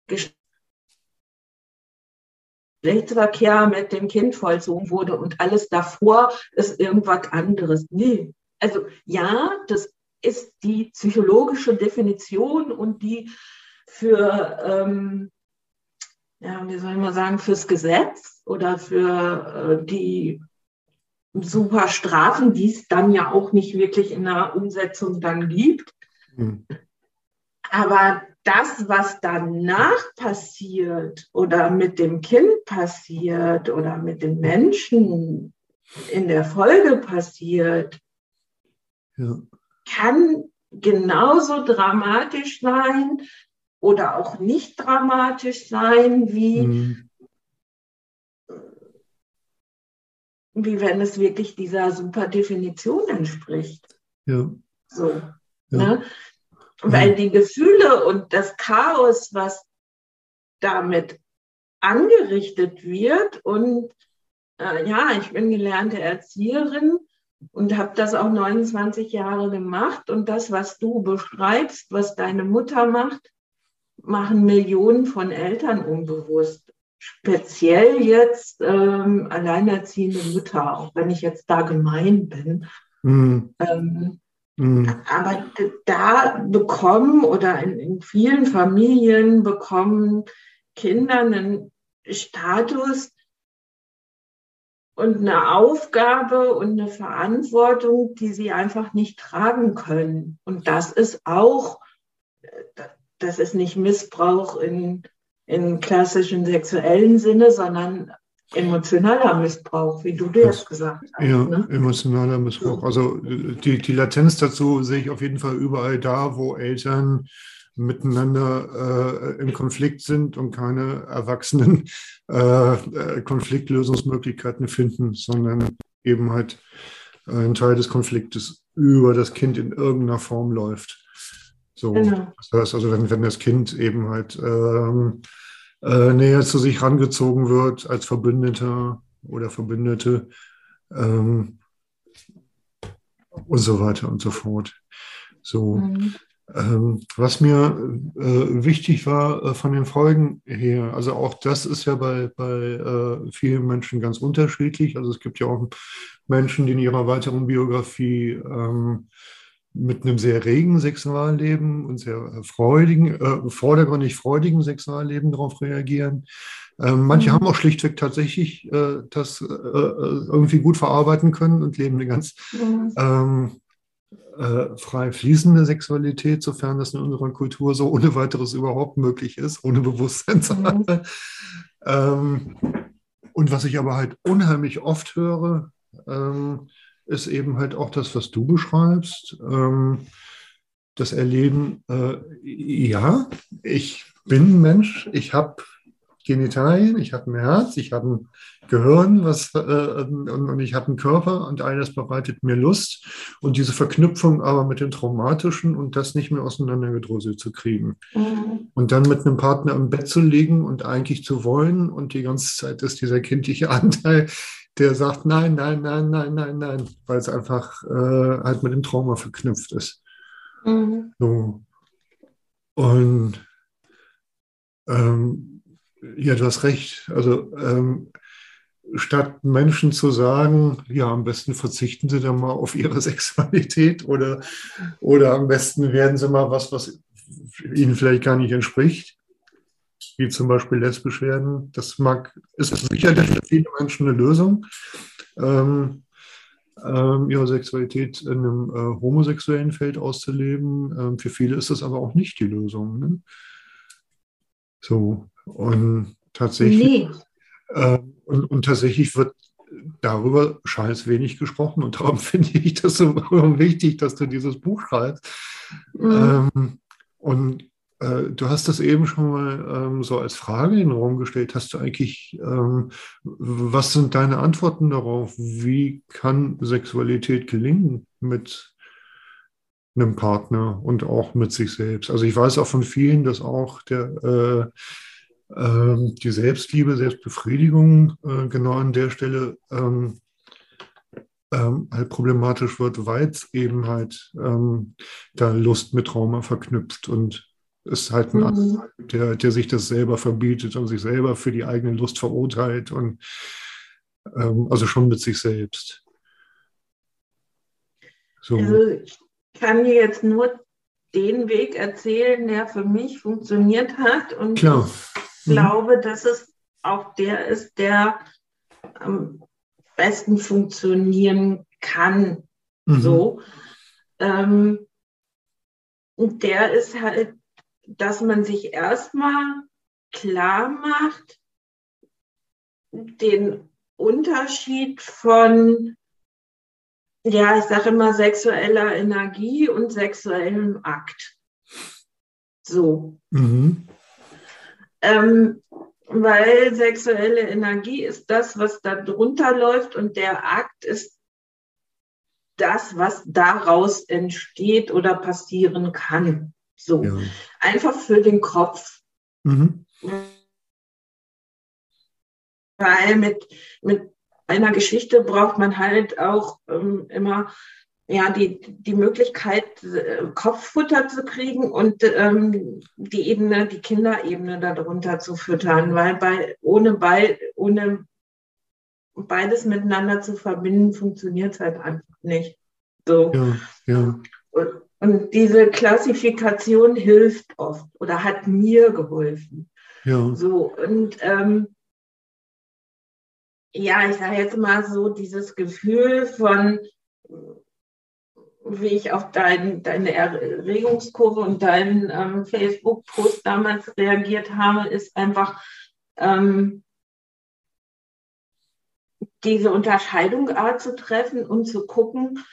Geschlechtsverkehr mit dem Kind vollzogen wurde und alles davor ist irgendwas anderes. Nee. Also ja, das ist die psychologische Definition und die für, ähm, ja, wie soll ich mal sagen, fürs Gesetz oder für äh, die super Strafen, die es dann ja auch nicht wirklich in der Umsetzung dann gibt.
hm,
Aber das, was danach passiert oder mit dem Kind passiert oder mit den Menschen in der Folge passiert,
ja,
kann genauso dramatisch sein oder auch nicht dramatisch sein, wie,
hm,
wie wenn es wirklich dieser super Definition entspricht.
ja,
So,
ja,
ne? Weil
ja,
die Gefühle und das Chaos, was damit angerichtet wird, und äh, ja, ich bin gelernte Erzieherin und habe das auch neunundzwanzig Jahre gemacht, und das, was du beschreibst, was deine Mutter macht, machen Millionen von Eltern unbewusst. Speziell jetzt ähm, alleinerziehende Mütter, auch wenn ich jetzt da gemein bin.
hm,
Ähm,
hm,
aber da bekommen oder in, in vielen Familien bekommen Kinder einen Status und eine Aufgabe und eine Verantwortung, die sie einfach nicht tragen können. Und das ist auch, das ist nicht Missbrauch in, in klassischen sexuellen Sinne, sondern emotionaler Missbrauch, wie du dir jetzt
das,
gesagt hast.
ja,
Ne?
emotionaler Missbrauch. Also die, die Latenz dazu sehe ich auf jeden Fall überall da, wo Eltern miteinander äh, im Konflikt sind und keine erwachsenen äh, äh, Konfliktlösungsmöglichkeiten finden, sondern eben halt ein Teil des Konfliktes über das Kind in irgendeiner Form läuft. So,
Genau.
das heißt also, wenn, wenn das Kind eben halt ähm, äh, näher zu sich rangezogen wird als Verbündeter oder Verbündete, ähm, und so weiter und so fort. So,
Mhm.
ähm, was mir äh, wichtig war äh, von den Folgen her, also auch das ist ja bei, bei äh, vielen Menschen ganz unterschiedlich. Also es gibt ja auch Menschen, die in ihrer weiteren Biografie ähm, mit einem sehr regen Sexualleben und sehr freudigen, äh, vordergründig freudigen Sexualleben darauf reagieren. Ähm, manche
Mhm.
haben auch schlichtweg tatsächlich äh, das äh, irgendwie gut verarbeiten können und leben eine ganz
Mhm.
ähm, äh, frei fließende Sexualität, sofern das in unserer Kultur so ohne weiteres überhaupt möglich ist, ohne
Mhm.
Bewusstseinsarbeit. Ähm, und was ich aber halt unheimlich oft höre, ähm, ist eben halt auch das, was du beschreibst. Ähm, das Erleben, äh, ja, ich bin ein Mensch, ich habe Genitalien, ich habe ein Herz, ich habe ein Gehirn, was, äh, und, und ich habe einen Körper, und all das bereitet mir Lust. Und diese Verknüpfung aber mit dem Traumatischen und das nicht mehr auseinandergedröselt zu kriegen.
Mhm.
Und dann mit einem Partner im Bett zu liegen und eigentlich zu wollen, und die ganze Zeit ist dieser kindliche Anteil, der sagt, nein, nein, nein, nein, nein, nein, weil es einfach äh, halt mit dem Trauma verknüpft ist.
Mhm.
So. Und ähm, ja, du hast recht. Also ähm, statt Menschen zu sagen, ja, am besten verzichten sie dann mal auf ihre Sexualität, oder, oder am besten werden sie mal was, was ihnen vielleicht gar nicht entspricht, wie zum Beispiel lesbisch werden. Das mag, ist sicherlich für viele Menschen eine Lösung, ähm, ähm, ihre Sexualität in einem äh, homosexuellen Feld auszuleben. Ähm, für viele ist das aber auch nicht die Lösung. Ne? So, und tatsächlich,
Nee.
äh, und, und tatsächlich wird darüber scheiß wenig gesprochen und darum finde ich das so wichtig, dass du dieses Buch schreibst.
Mhm.
Ähm, und äh, du hast das eben schon mal ähm, so als Frage in den Raum gestellt. Hast du eigentlich, ähm, was sind deine Antworten darauf? Wie kann Sexualität gelingen mit einem Partner und auch mit sich selbst? Also ich weiß auch von vielen, dass auch der, äh, ähm, die Selbstliebe, Selbstbefriedigung äh, genau an der Stelle ähm, ähm, halt problematisch wird, weil es eben halt ähm, da Lust mit Trauma verknüpft und es halt ein
Mhm.
anderer, der, der sich das selber verbietet und sich selber für die eigene Lust verurteilt und ähm, also schon mit sich selbst. So,
Also ich kann dir jetzt nur den Weg erzählen, der für mich funktioniert hat. Und
klar.
ich
Mhm.
glaube, dass es auch der ist, der am besten funktionieren kann.
Mhm.
So. Ähm, und der ist halt, dass man sich erstmal klar macht, den Unterschied von, ja, ich sage immer, sexueller Energie und sexuellem Akt. So.
Mhm.
Ähm, weil sexuelle Energie ist das, was da drunter läuft, und der Akt ist das, was daraus entsteht oder passieren kann. So.
Ja.
Einfach für den Kopf.
Mhm.
Weil mit, mit einer Geschichte braucht man halt auch ähm, immer ja, die, die Möglichkeit, äh, Kopffutter zu kriegen und ähm, die Ebene, die Kinderebene darunter zu füttern, weil bei, ohne, bei, ohne beides miteinander zu verbinden, funktioniert es halt einfach nicht. So.
Ja, ja,
Und, und diese Klassifikation hilft oft oder hat mir geholfen.
ja.
So, und ähm, ja, ich sage jetzt mal so, dieses Gefühl von, wie ich auf dein, deine Erregungskurve und deinen ähm, Facebook-Post damals reagiert habe, ist einfach ähm, diese Unterscheidung A zu treffen und zu gucken,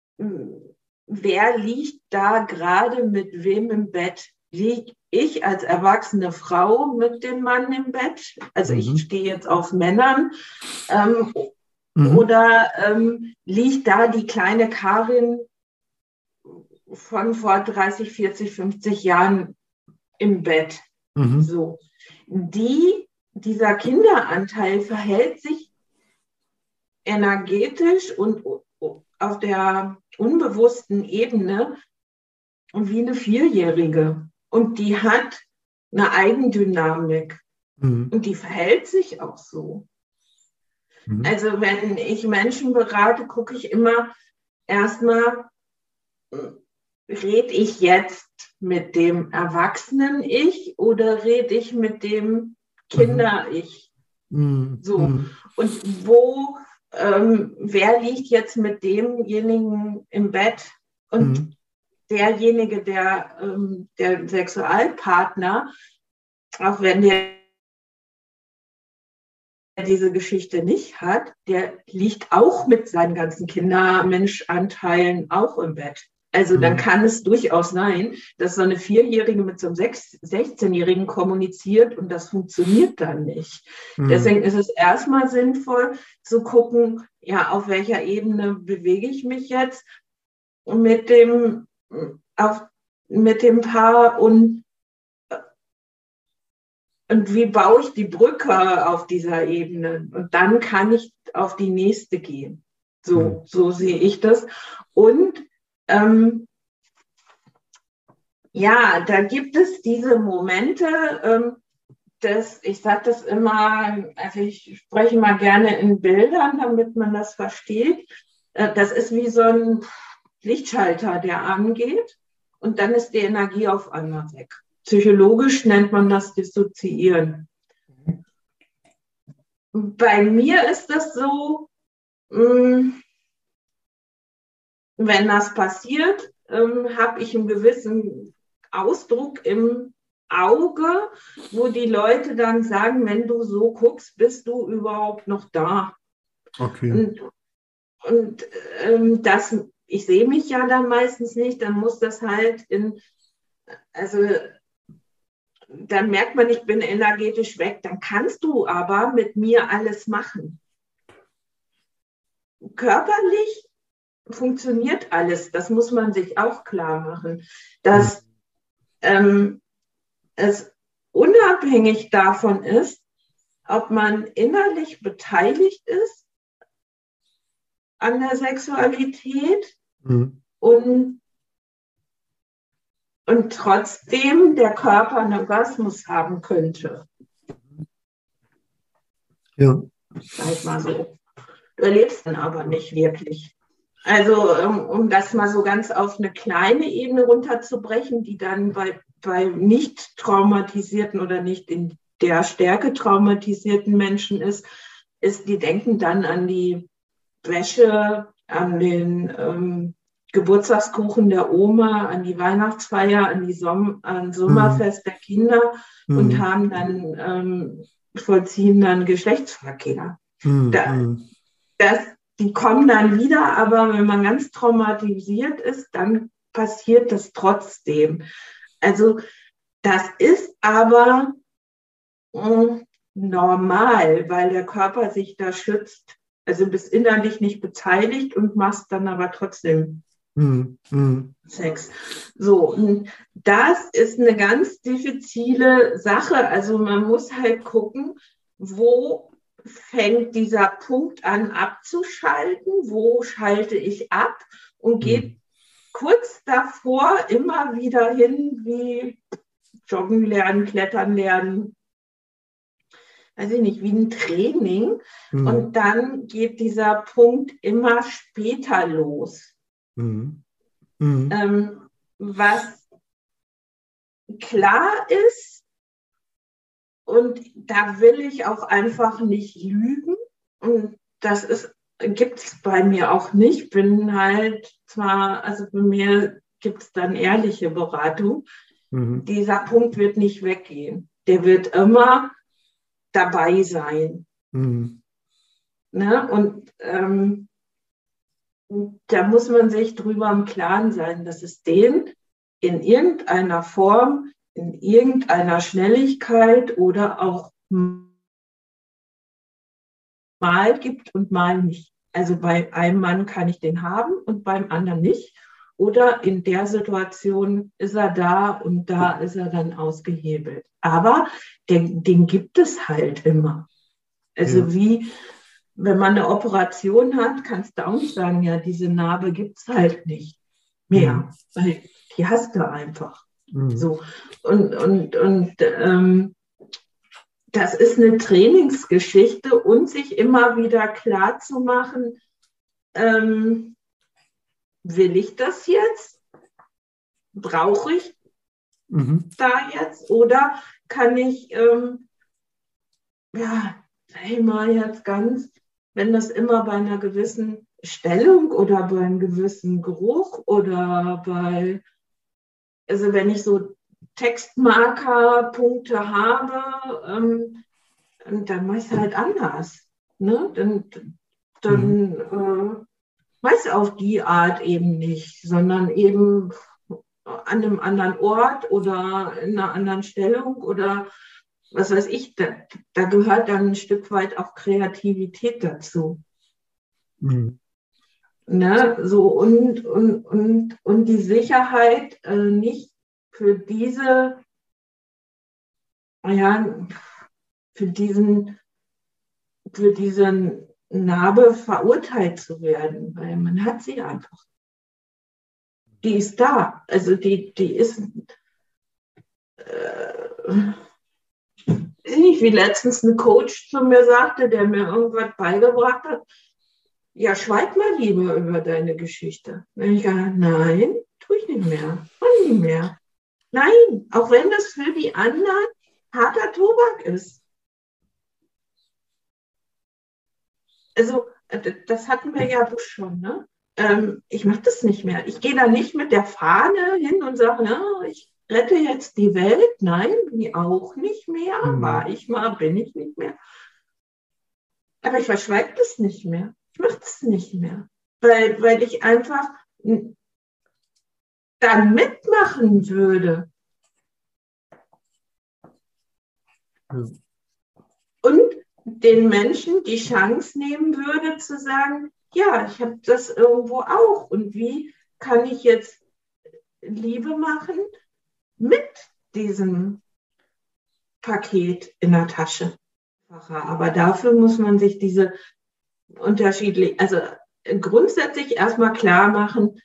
wer liegt da gerade mit wem im Bett? Liege ich als erwachsene Frau mit dem Mann im Bett? Also ich
Mhm.
stehe jetzt auf Männern. Ähm,
Mhm.
oder ähm, liegt da die kleine Karin von vor dreißig, vierzig, fünfzig Jahren im Bett?
Mhm.
So. Die, dieser Kinderanteil verhält sich energetisch und auf der unbewussten Ebene wie eine Vierjährige. Und die hat eine Eigendynamik.
Mhm.
Und die verhält sich auch so.
Mhm.
Also wenn ich Menschen berate, gucke ich immer erstmal, rede ich jetzt mit dem Erwachsenen-Ich oder rede ich mit dem Kinder-Ich?
Mhm.
So.
Mhm.
Und wo, ähm, wer liegt jetzt mit demjenigen im Bett? Und
Mhm.
derjenige, der, ähm, der Sexualpartner, auch wenn der diese Geschichte nicht hat, der liegt auch mit seinen ganzen Kindermenschanteilen auch im Bett. Also dann
Mhm.
kann es durchaus sein, dass so eine Vierjährige mit so einem sechzehnjährigen kommuniziert und das funktioniert dann nicht.
Mhm.
Deswegen ist es erstmal sinnvoll zu gucken, ja, auf welcher Ebene bewege ich mich jetzt mit dem, auf, mit dem Paar und Und wie baue ich die Brücke auf dieser Ebene? Und dann kann ich auf die nächste gehen.
Mhm.
So, so sehe ich das. Und ähm, ja, da gibt es diese Momente, ähm, dass ich sage das immer, also ich spreche mal gerne in Bildern, damit man das versteht. Äh, das ist wie so ein Lichtschalter, der angeht und dann ist die Energie auf einmal weg. Psychologisch nennt man das Dissoziieren. Bei mir ist das so, wenn das passiert, habe ich einen gewissen Ausdruck im Auge, wo die Leute dann sagen, wenn du so guckst, bist du überhaupt noch da?
Okay.
Und, und ähm, das, ich sehe mich ja dann meistens nicht, dann muss das halt in, also dann merkt man, ich bin energetisch weg, dann kannst du aber mit mir alles machen. Körperlich funktioniert alles, das muss man sich auch klar machen, dass ähm, es unabhängig davon ist, ob man innerlich beteiligt ist an der Sexualität mhm. und, und trotzdem der Körper einen Orgasmus haben könnte.
Ja.
Sag mal so. Du erlebst dann aber nicht wirklich. Also um, um das mal so ganz auf eine kleine Ebene runterzubrechen, die dann bei, bei nicht traumatisierten oder nicht in der Stärke traumatisierten Menschen ist, ist, die denken dann an die Wäsche, an den ähm, Geburtstagskuchen der Oma, an die Weihnachtsfeier, an die Som an Sommerfest der Kinder mhm. und haben dann ähm, vollziehen dann Geschlechtsverkehr. Mhm. Da, das, die kommen dann wieder, aber wenn man ganz traumatisiert ist, dann passiert das trotzdem. Also das ist aber mh, normal, weil der Körper sich da schützt. Also bist innerlich nicht beteiligt und machst dann aber trotzdem mm, mm. Sex. So, und das ist eine ganz diffizile Sache. Also man muss halt gucken, wo fängt dieser Punkt an abzuschalten, wo schalte ich ab und geht mm. kurz davor immer wieder hin, wie Joggen lernen, Klettern lernen, weiß ich nicht, wie ein Training. Mhm. Und dann geht dieser Punkt immer später los. Mhm. Mhm. Ähm, was klar ist, und da will ich auch einfach nicht lügen, und das ist, gibt es bei mir auch nicht, bin halt zwar, also bei mir gibt es dann ehrliche Beratung, mhm. dieser Punkt wird nicht weggehen. Der wird immer dabei sein. Mhm. Ne? Und ähm, da muss man sich drüber im Klaren sein, dass es den in irgendeiner Form, in irgendeiner Schnelligkeit oder auch mal gibt und mal nicht. Also bei einem Mann kann ich den haben und beim anderen nicht. Oder in der Situation ist er da und da ist er dann ausgehebelt. Aber den, den gibt es halt immer. Also ja. Wie, wenn man eine Operation hat, kannst du auch nicht sagen, ja, diese Narbe gibt es halt nicht mehr. Mhm. Weil die hast du einfach. Mhm. So. Und, und, und ähm, das ist eine Trainingsgeschichte und sich immer wieder klar zu machen, ähm, will ich das jetzt? Brauche ich mhm. da jetzt? Oder kann ich, ähm, ja, sag ich mal jetzt ganz, wenn das immer bei einer gewissen Stellung oder bei einem gewissen Geruch oder bei, also wenn ich so Textmarkerpunkte habe, ähm, dann mache ich es halt anders. Ne? Dann, dann mhm. äh, weiß auf die Art eben nicht, sondern eben an einem anderen Ort oder in einer anderen Stellung oder was weiß ich, da, da gehört dann ein Stück weit auch Kreativität dazu. Mhm. Ne? So, und, und, und, und die Sicherheit äh, nicht für diese, ja, für diesen, für diesen Narbe verurteilt zu werden, weil man hat sie einfach. Die ist da. Also die, die ist äh, nicht wie letztens ein Coach zu mir sagte, der mir irgendwas beigebracht hat, ja, schweig mal lieber über deine Geschichte. Wenn ich gesagt, nein, tue ich nicht mehr. Mach ich nicht mehr. Nein, auch wenn das für die anderen harter Tobak ist. Also, das hatten wir ja schon, ne? Ähm, ich mache das nicht mehr. Ich gehe da nicht mit der Fahne hin und sage, ja, ich rette jetzt die Welt. Nein, bin ich auch nicht mehr.
Mhm.
War ich mal, bin ich nicht mehr. Aber ich verschweige das nicht mehr. Ich mache das nicht mehr. Weil, weil ich einfach dann mitmachen würde.
Mhm.
Und den Menschen die Chance nehmen würde, zu sagen, ja, ich habe das irgendwo auch. Und wie kann ich jetzt Liebe machen mit diesem Paket in der Tasche? Aber dafür muss man sich diese unterschiedlichen, also grundsätzlich erstmal klar machen,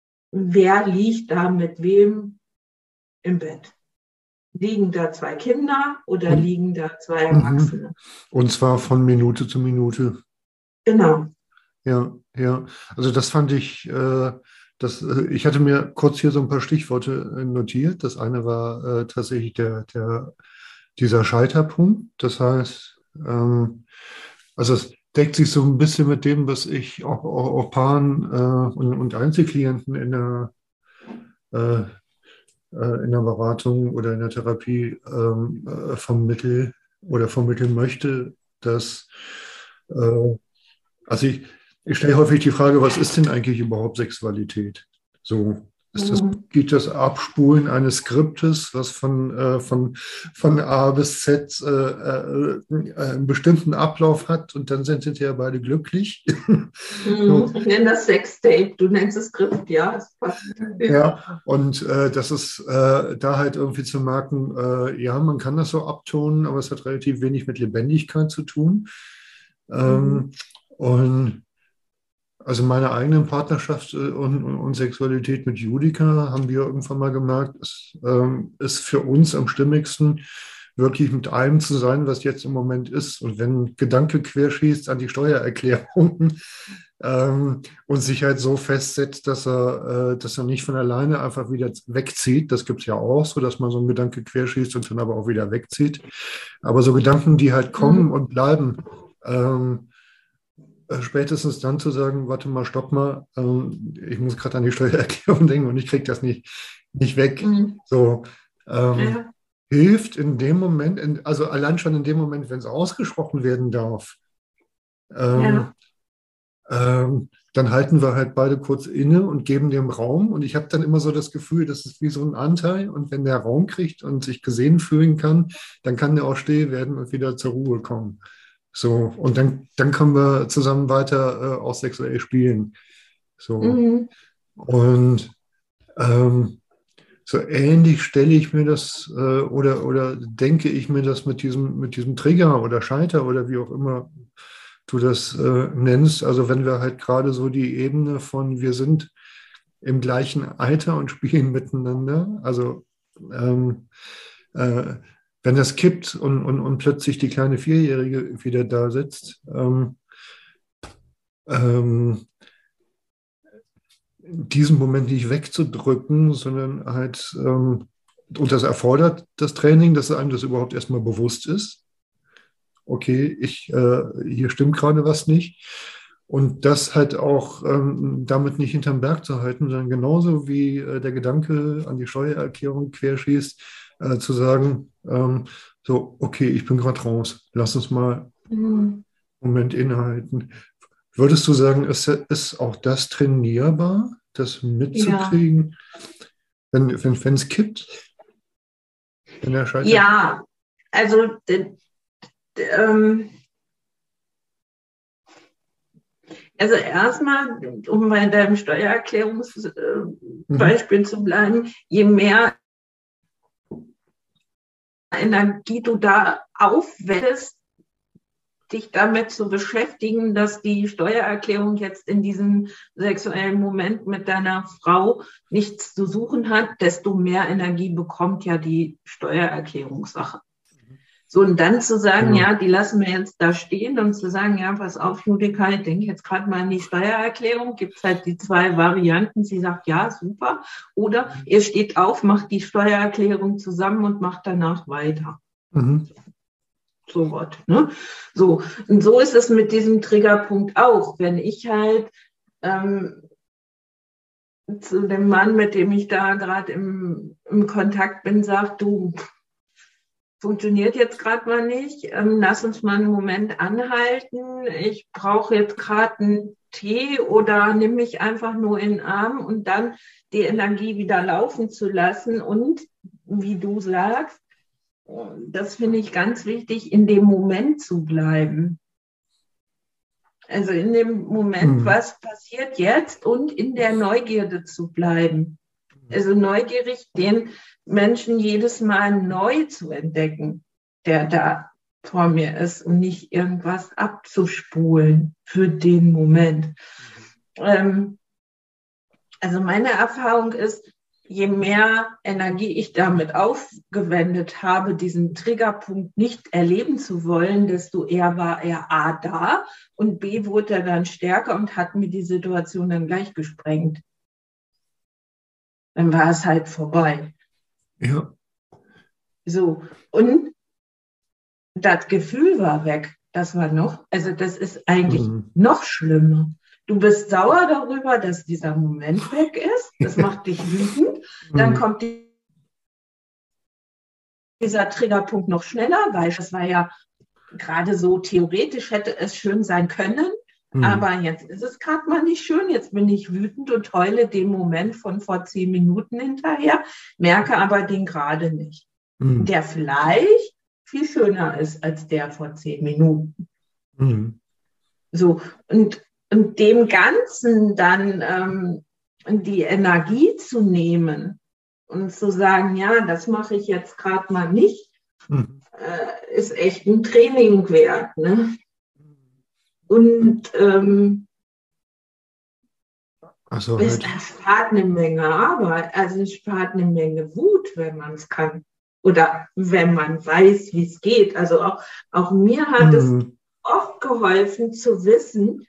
wer liegt da mit wem im Bett. Liegen da zwei Kinder oder
Und,
liegen da zwei Erwachsene?
Und zwar von Minute zu Minute.
Genau.
Ja, ja. Also das fand ich, äh, das, äh, ich hatte mir kurz hier so ein paar Stichworte äh, notiert. Das eine war äh, tatsächlich der, der, dieser Scheiterpunkt. Das heißt, ähm, also es deckt sich so ein bisschen mit dem, was ich auch, auch, auch Paaren äh, und, und Einzelklienten in der äh, in der Beratung oder in der Therapie ähm, äh, vermitteln oder vermitteln möchte, dass, äh, also ich, ich stelle häufig die Frage, was ist denn eigentlich überhaupt Sexualität? So, ist das,
Mhm.
geht das Abspulen eines Skriptes, was von, äh, von, von A bis Z äh, äh, einen bestimmten Ablauf hat und dann sind hinterher beide glücklich?
Mhm. Ich nenne das Sextape, du nennst es Skript, ja. Das passt.
Ja, und äh, das ist äh, da halt irgendwie zu merken, äh, ja, man kann das so abtun, aber es hat relativ wenig mit Lebendigkeit zu tun. Ähm,
Mhm.
und also meine eigenen Partnerschaft äh, und, und, und Sexualität mit Judika haben wir irgendwann mal gemerkt, es ähm, ist für uns am stimmigsten, wirklich mit allem zu sein, was jetzt im Moment ist. Und wenn Gedanke querschießt an die Steuererklärungen ähm, und sich halt so festsetzt, dass er, äh, dass er nicht von alleine einfach wieder wegzieht, das gibt es ja auch so, dass man so einen Gedanke querschießt und dann aber auch wieder wegzieht. Aber so Gedanken, die halt kommen
Mhm.
und bleiben, ähm, spätestens dann zu sagen, warte mal, stopp mal, ähm, ich muss gerade an die Steuererklärung denken und ich kriege das nicht, nicht weg.
Mhm.
So, ähm,
Ja.
hilft in dem Moment, in, also allein schon in dem Moment, wenn es ausgesprochen werden darf, ähm,
Ja.
ähm, dann halten wir halt beide kurz inne und geben dem Raum. Und ich habe dann immer so das Gefühl, das ist wie so ein Anteil. Und wenn der Raum kriegt und sich gesehen fühlen kann, dann kann der auch still werden und wieder zur Ruhe kommen. So, und dann, dann können wir zusammen weiter äh, auch sexuell spielen. So.
Mhm.
Und ähm, so ähnlich stelle ich mir das äh, oder, oder denke ich mir das mit diesem, mit diesem Trigger oder Scheiter oder wie auch immer du das äh, nennst. Also wenn wir halt gerade so die Ebene von wir sind im gleichen Alter und spielen miteinander, also ähm, äh, wenn das kippt und, und, und plötzlich die kleine Vierjährige wieder da sitzt, ähm, ähm, diesen Moment nicht wegzudrücken, sondern halt, ähm, und das erfordert das Training, dass einem das überhaupt erstmal bewusst ist. Okay, ich, äh, hier stimmt gerade was nicht. Und das halt auch ähm, damit nicht hinterm Berg zu halten, sondern genauso wie äh, der Gedanke an die Steuererklärung querschießt, äh, zu sagen, ähm, so, okay, ich bin gerade raus, lass uns mal einen
Mhm.
Moment innehalten. Würdest du sagen, ist, ist auch das trainierbar, das
Ja.
mitzukriegen, wenn es wenn, kippt, wenn der Schalter?
Ja, also d- d- ähm, also erstmal, um bei deinem Steuererklärungsbeispiel
Mhm.
zu bleiben, je mehr Energie du da aufwendest, dich damit zu beschäftigen, dass die Steuererklärung jetzt in diesem sexuellen Moment mit deiner Frau nichts zu suchen hat, desto mehr Energie bekommt ja die Steuererklärungssache. So, und dann zu sagen,
Genau.
ja, die lassen wir jetzt da stehen und zu sagen, ja, pass auf, Judika, ich denke jetzt gerade mal an die Steuererklärung, gibt es halt die zwei Varianten. Sie sagt, ja, super. Oder ihr steht auf, macht die Steuererklärung zusammen und macht danach weiter.
Mhm.
So was, ne? So, und so ist es mit diesem Triggerpunkt auch. Wenn ich halt ähm, zu dem Mann, mit dem ich da gerade im, im Kontakt bin, sagt, du, funktioniert jetzt gerade mal nicht, ähm, lass uns mal einen Moment anhalten, ich brauche jetzt gerade einen Tee oder nimm mich einfach nur in den Arm und dann die Energie wieder laufen zu lassen und, wie du sagst, das finde ich ganz wichtig, in dem Moment zu bleiben. Also in dem Moment, mhm. was passiert jetzt und in der Neugierde zu bleiben. Also neugierig, den Menschen jedes Mal neu zu entdecken, der da vor mir ist und nicht irgendwas abzuspulen für den Moment. Ähm, also meine Erfahrung ist, je mehr Energie ich damit aufgewendet habe, diesen Triggerpunkt nicht erleben zu wollen, desto eher war er A da und B wurde er dann stärker und hat mir die Situation dann gleich gesprengt. Dann war es halt vorbei.
Ja.
So, und das Gefühl war weg. Das war noch, also das ist eigentlich mhm. noch schlimmer. Du bist sauer darüber, dass dieser Moment weg ist. Das macht dich wütend. Dann mhm. kommt die, dieser Triggerpunkt noch schneller, weil das war ja gerade so theoretisch, hätte es schön sein können. Mhm. Aber jetzt ist es gerade mal nicht schön. Jetzt bin ich wütend und heule den Moment von vor zehn Minuten hinterher, merke aber den gerade nicht. Mhm. Der vielleicht viel schöner ist als der vor zehn Minuten. Mhm. So, und, und dem Ganzen dann ähm, die Energie zu nehmen und zu sagen, ja, das mache ich jetzt gerade mal nicht, mhm. äh, ist echt ein Training wert, ne? Und ähm,
also
es
halt.
erspart eine Menge Arbeit, also es spart eine Menge Wut, wenn man es kann. Oder wenn man weiß, wie es geht. Also auch, auch mir hat mhm. es oft geholfen zu wissen,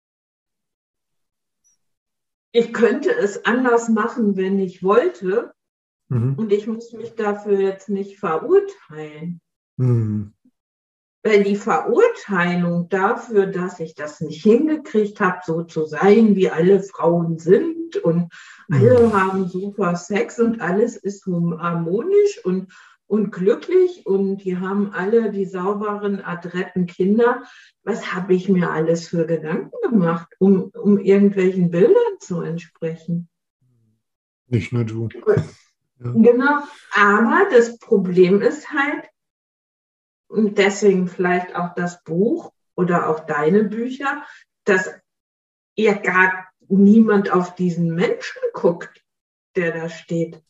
ich könnte es anders machen, wenn ich wollte. Mhm. Und ich muss mich dafür jetzt nicht verurteilen. Mhm. Weil die Verurteilung dafür, dass ich das nicht hingekriegt habe, so zu sein, wie alle Frauen sind und mhm. alle haben super Sex und alles ist harmonisch und, und glücklich und die haben alle die sauberen, adretten Kinder. Was habe ich mir alles für Gedanken gemacht, um, um irgendwelchen Bildern zu entsprechen?
Nicht nur du.
Ja. Genau, aber das Problem ist halt, und deswegen vielleicht auch das Buch oder auch deine Bücher, dass ihr gar niemand auf diesen Menschen guckt, der da steht.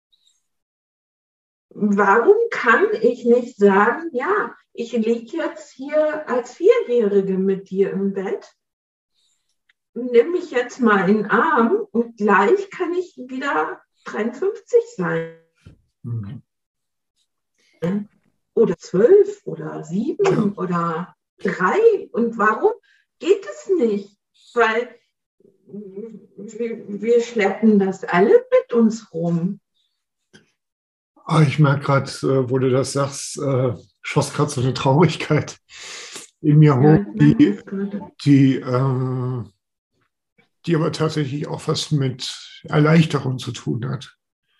Warum kann ich nicht sagen, ja, ich liege jetzt hier als Vierjährige mit dir im Bett, nimm mich jetzt mal in den Arm und gleich kann ich wieder dreiundfünfzig sein. Mhm. Oder zwölf oder sieben oder drei. Und warum geht es nicht? Weil wir, wir schleppen das alle mit uns rum.
Ah, ich merke gerade, wo du das sagst, äh, schoss gerade so eine Traurigkeit in mir hoch, ja, die, die, äh, die aber tatsächlich auch was mit Erleichterung zu tun hat.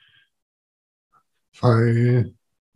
Weil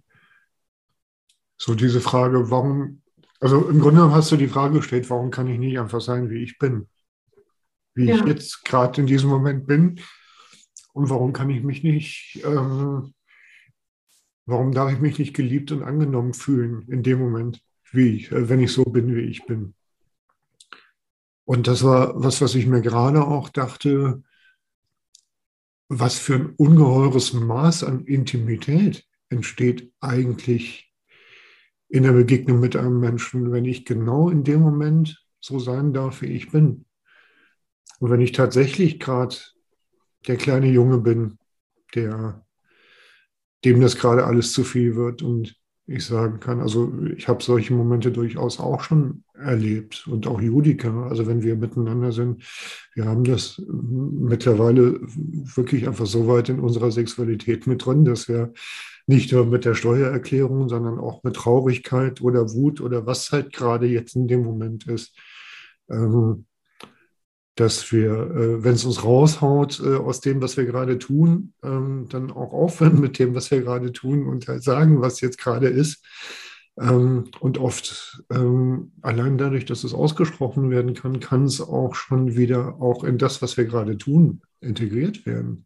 so diese Frage, warum, also im Grunde genommen hast du die Frage gestellt, warum kann ich nicht einfach sein, wie ich bin? Wie ja. ich jetzt gerade in diesem Moment bin und warum kann ich mich nicht, ähm, warum darf ich mich nicht geliebt und angenommen fühlen in dem Moment, wie ich, äh, wenn ich so bin, wie ich bin? Und das war was, was ich mir gerade auch dachte, was für ein ungeheures Maß an Intimität entsteht eigentlich in der Begegnung mit einem Menschen, wenn ich genau in dem Moment so sein darf, wie ich bin. Und wenn ich tatsächlich gerade der kleine Junge bin, der, dem das gerade alles zu viel wird und ich sagen kann, also ich habe solche Momente durchaus auch schon erlebt und auch Judika, also wenn wir miteinander sind, wir haben das mittlerweile wirklich einfach so weit in unserer Sexualität mit drin, dass wir nicht nur mit der Steuererklärung, sondern auch mit Traurigkeit oder Wut oder was halt gerade jetzt in dem Moment ist, ähm, dass wir, äh, wenn es uns raushaut äh, aus dem, was wir gerade tun, ähm, dann auch aufhören mit dem, was wir gerade tun und halt sagen, was jetzt gerade ist. Ähm, und oft, ähm, allein dadurch, dass es ausgesprochen werden kann, kann es auch schon wieder auch in das, was wir gerade tun, integriert werden.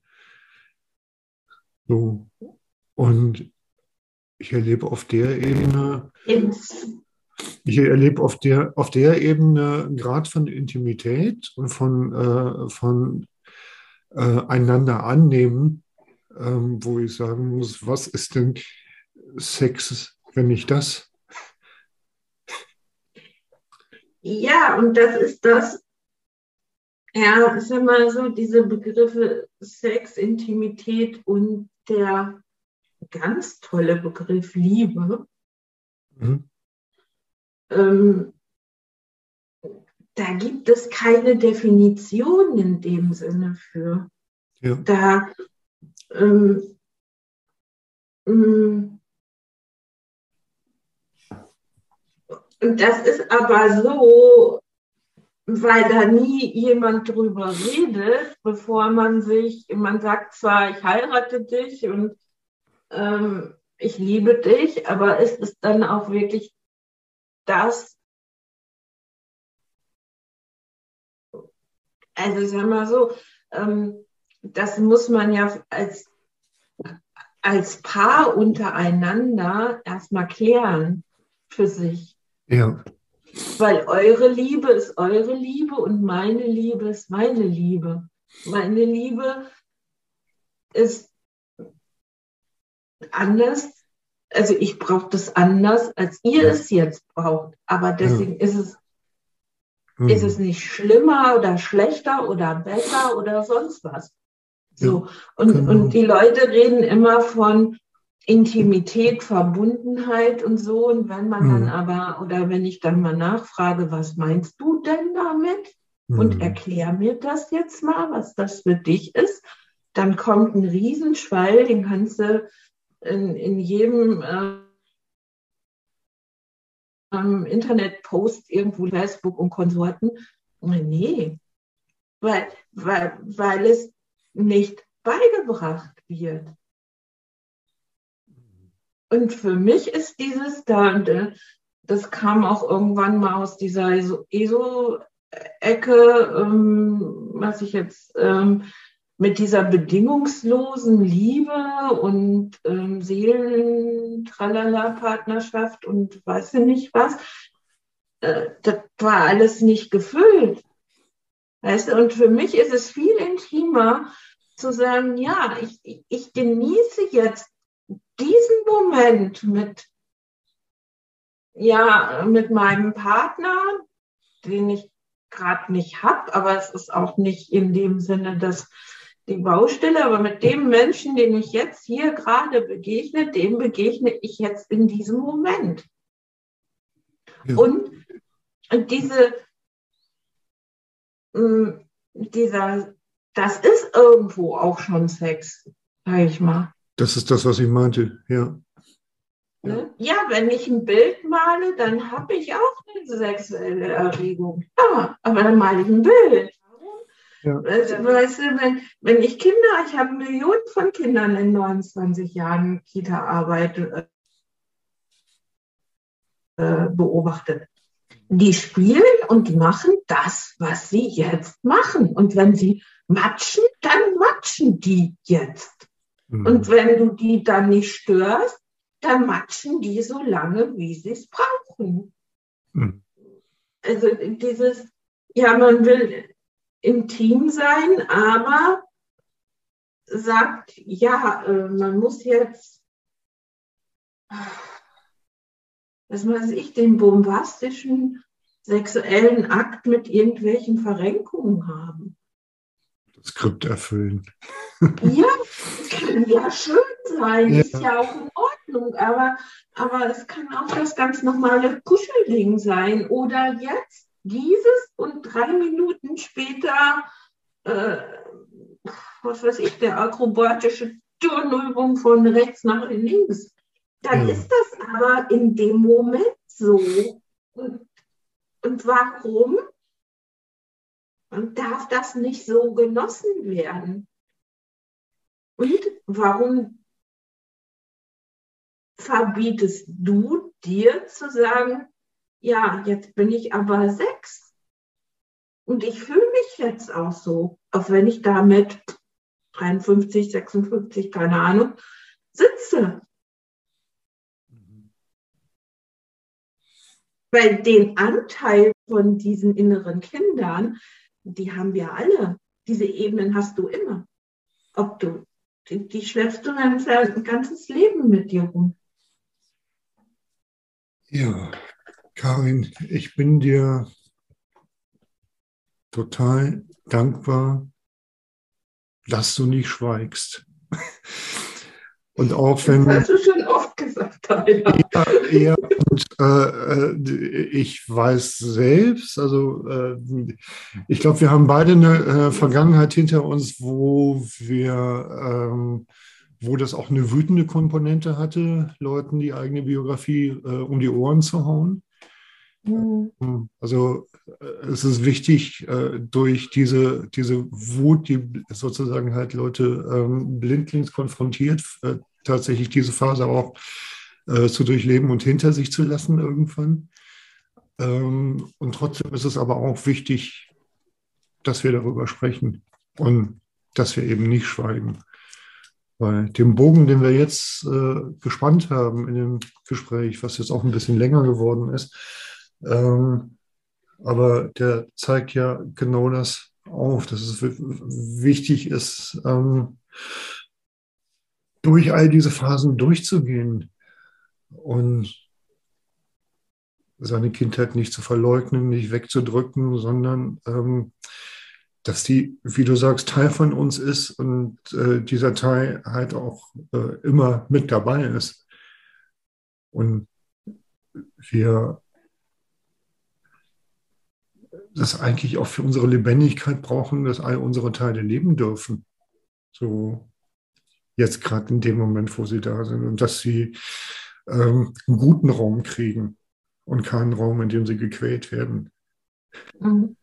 So. Und ich erlebe auf der Ebene, ich erlebe auf der, auf der Ebene einen Grad von Intimität und von, äh, von äh, einander annehmen, ähm, wo ich sagen muss, was ist denn Sex, wenn nicht das?
Ja, und das ist das, ja, ich sag mal so, diese Begriffe Sex, Intimität und der ganz tolle Begriff Liebe.
Mhm.
Ähm, da gibt es keine Definition in dem Sinne für.
Ja.
Da ähm, ähm, und das ist aber so, weil da nie jemand drüber redet, bevor man sich, man sagt zwar, ich heirate dich und ähm, ich liebe dich, aber ist es dann auch wirklich das, also sagen wir mal so, ähm, das muss man ja als, als Paar untereinander erstmal klären für sich.
Ja.
Weil eure Liebe ist eure Liebe und meine Liebe ist meine Liebe. Meine Liebe ist anders, also ich brauche das anders, als ihr es jetzt braucht. Aber deswegen ja. ist es Mhm. ist es nicht schlimmer oder schlechter oder besser oder sonst was. So. Ja, und, genau. und die Leute reden immer von Intimität, Verbundenheit und so. Und wenn man mhm. dann aber, oder wenn ich dann mal nachfrage, was meinst du denn damit? Mhm. Und erklär mir das jetzt mal, was das für dich ist, dann kommt ein Riesenschwall, den kannst du in, in jedem äh, Internetpost irgendwo, Facebook und Konsorten. Nee, weil, weil, weil es nicht beigebracht wird. Und für mich ist dieses da, das kam auch irgendwann mal aus dieser E S O-Ecke, ähm, was ich jetzt ähm, mit dieser bedingungslosen Liebe und ähm, Seelen-Tralala-Partnerschaft und weiß ich nicht was, äh, das war alles nicht gefüllt. Weißt du? Und für mich ist es viel intimer zu sagen, ja, ich, ich genieße jetzt diesen Moment mit, ja, mit meinem Partner, den ich gerade nicht habe, aber es ist auch nicht in dem Sinne, dass die Baustelle, aber mit dem Menschen, den ich jetzt hier gerade begegne, dem begegne ich jetzt in diesem Moment. Ja. Und, und diese, mh, dieser, das ist irgendwo auch schon Sex, sage ich mal.
Das ist das, was ich meinte, ja.
Ne? Ja, wenn ich ein Bild male, dann habe ich auch eine sexuelle Erregung. Ja, aber dann male ich ein Bild. Ja. Also, weißt du, wenn, wenn ich Kinder, ich habe Millionen von Kindern in neunundzwanzig Jahren Kita-Arbeit äh, beobachtet. Die spielen und die machen das, was sie jetzt machen. Und wenn sie matschen, dann matschen die jetzt. Mhm. Und wenn du die dann nicht störst, dann matschen die so lange, wie sie es brauchen. Mhm. Also dieses, ja, man will intim sein, aber sagt, ja, äh, man muss jetzt, was weiß ich, den bombastischen sexuellen Akt mit irgendwelchen Verrenkungen haben.
Das Skript erfüllen.
Ja, es kann ja schön sein, ja. Ist ja auch in Ordnung, aber, aber es kann auch das ganz normale Kuschelding sein. Oder jetzt dieses und drei Minuten später, äh, was weiß ich, der akrobatische Turnübung von rechts nach links. Dann ja. ist das aber in dem Moment so. Und, und warum? Und darf das nicht so genossen werden? Und warum verbietest du dir zu sagen, ja, jetzt bin ich aber sechs und ich fühle mich jetzt auch so, auch wenn ich damit dreiundfünfzig, sechsundfünfzig, keine Ahnung, sitze. Weil den Anteil von diesen inneren Kindern, die haben wir alle. Diese Ebenen hast du immer. Ob du, die, die schleppst du dein ganzes Leben mit dir rum.
Ja, Karin, ich bin dir total dankbar, dass du nicht schweigst. Und auch wenn...
Das hast du schon oft gesagt, Tyler.
Ja, ja, und äh, ich weiß selbst, also äh, ich glaube, wir haben beide eine äh, Vergangenheit hinter uns, wo wir, ähm, wo das auch eine wütende Komponente hatte, Leuten die eigene Biografie äh, um die Ohren zu hauen. Mhm. Also äh, es ist wichtig, äh, durch diese, diese Wut, die sozusagen halt Leute ähm, blindlings konfrontiert, äh, tatsächlich diese Phase auch äh, zu durchleben und hinter sich zu lassen irgendwann. Ähm, und trotzdem ist es aber auch wichtig, dass wir darüber sprechen und dass wir eben nicht schweigen. Weil den Bogen, den wir jetzt äh, gespannt haben in dem Gespräch, was jetzt auch ein bisschen länger geworden ist, ähm, aber der zeigt ja genau das auf, dass es wichtig ist, ähm, durch all diese Phasen durchzugehen und seine Kindheit nicht zu verleugnen, nicht wegzudrücken, sondern ähm, dass die, wie du sagst, Teil von uns ist und äh, dieser Teil halt auch äh, immer mit dabei ist. Und wir das eigentlich auch für unsere Lebendigkeit brauchen, dass all unsere Teile leben dürfen. So jetzt gerade in dem Moment, wo sie da sind. Und dass sie ähm, einen guten Raum kriegen und keinen Raum, in dem sie gequält werden.
Mhm.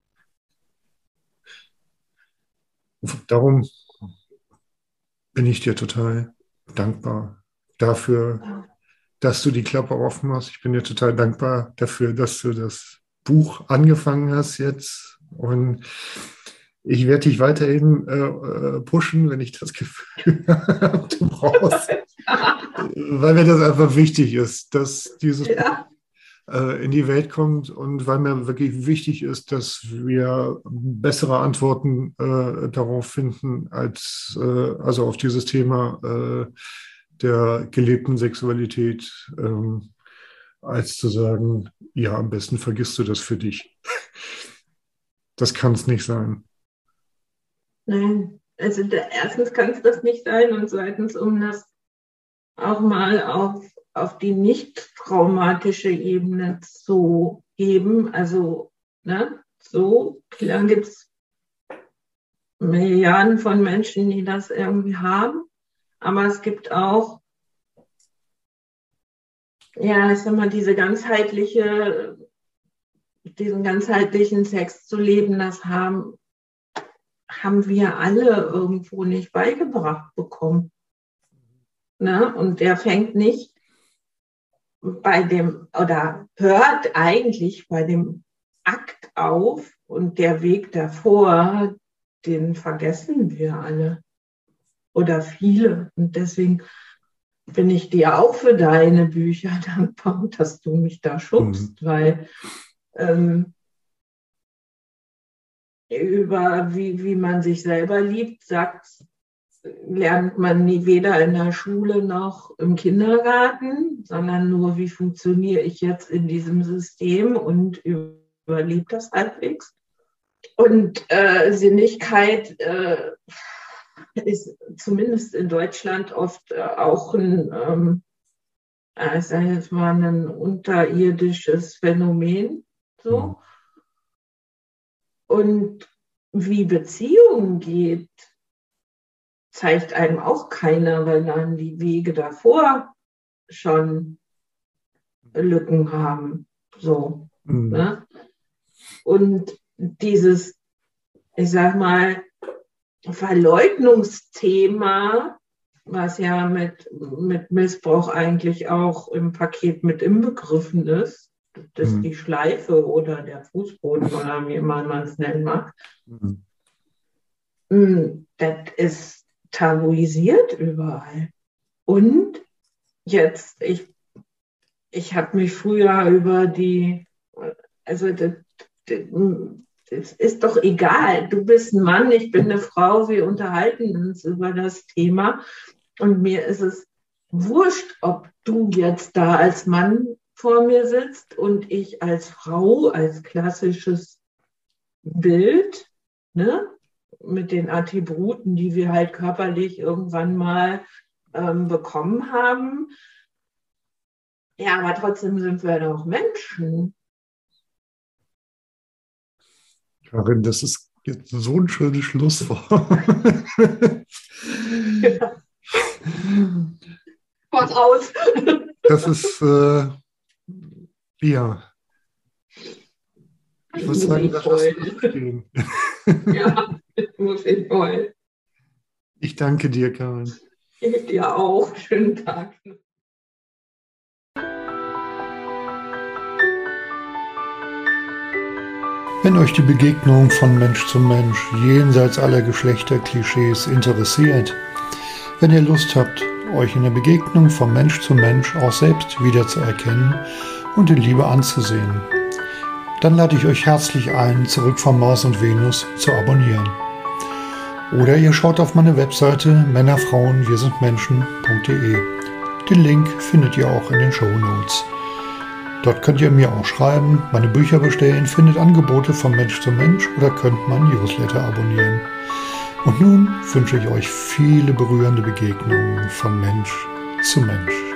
Darum bin ich dir total dankbar dafür, dass du die Klappe offen hast. Ich bin dir total dankbar dafür, dass du das Buch angefangen hast jetzt. Und ich werde dich weiterhin äh, pushen, wenn ich das Gefühl habe, du brauchst. Weil mir das einfach wichtig ist, dass dieses
Ja.
Buch äh, in die Welt kommt und weil mir wirklich wichtig ist, dass wir bessere Antworten äh, darauf finden, als äh, also auf dieses Thema äh, der gelebten Sexualität, ähm, als zu sagen, ja, am besten vergisst du das für dich. Das kann es nicht sein.
Nein, also der, erstens kann es das nicht sein und zweitens, um das auch mal auf, auf die nicht traumatische Ebene zu heben, also ne, so, klar gibt es Milliarden von Menschen, die das irgendwie haben, aber es gibt auch, ja, ich sag mal, diese ganzheitliche, diesen ganzheitlichen Sex zu leben, das haben, haben wir alle irgendwo nicht beigebracht bekommen. Ne? Und der fängt nicht bei dem, oder hört eigentlich bei dem Akt auf und der Weg davor, den vergessen wir alle oder viele. Und deswegen bin ich dir auch für deine Bücher dankbar, dass du mich da schubst, mhm. weil ähm, über wie, wie man sich selber liebt, sagt, lernt man nie weder in der Schule noch im Kindergarten, sondern nur, wie funktioniere ich jetzt in diesem System und überlebe das halbwegs. Und äh, Sinnlichkeit äh, ist zumindest in Deutschland oft äh, auch ein, ähm, ich sage jetzt mal, ein unterirdisches Phänomen. So. Und wie Beziehung geht, zeigt einem auch keiner, weil dann die Wege davor schon Lücken haben. So, mhm. ne? Und dieses ich sag mal, Verleugnungsthema, was ja mit, mit Missbrauch eigentlich auch im Paket mit inbegriffen ist, das ist
Mhm.
die Schleife oder der Fußboden oder wie immer man es nennen mag,
Mhm.
mm, das ist tabuisiert überall. Und jetzt, ich, ich habe mich früher über die, also das, das, das ist doch egal, du bist ein Mann, ich bin eine Frau, wir unterhalten uns über das Thema und mir ist es wurscht, ob du jetzt da als Mann vor mir sitzt und ich als Frau, als klassisches Bild, ne, mit den Attributen, die wir halt körperlich irgendwann mal ähm, bekommen haben. Ja, aber trotzdem sind wir doch Menschen.
Karin, das ist jetzt so ein schönes Schlusswort.
Ja. Was aus.
Das ist, äh, ja. Ich muss sagen, das lassen wir stehen.
Ja, muss ich wollen.
Ich danke dir, Karin.
Ich dir auch. Schönen Tag.
Wenn euch die Begegnung von Mensch zu Mensch jenseits aller Geschlechterklischees interessiert, wenn ihr Lust habt, euch in der Begegnung von Mensch zu Mensch auch selbst wiederzuerkennen und in Liebe anzusehen, dann lade ich euch herzlich ein, zurück von Mars und Venus zu abonnieren. Oder ihr schaut auf meine Webseite männer frauen wir sind menschen punkt de. Den Link findet ihr auch in den Shownotes. Dort könnt ihr mir auch schreiben, meine Bücher bestellen, findet Angebote von Mensch zu Mensch oder könnt mein Newsletter abonnieren. Und nun wünsche ich euch viele berührende Begegnungen von Mensch zu Mensch.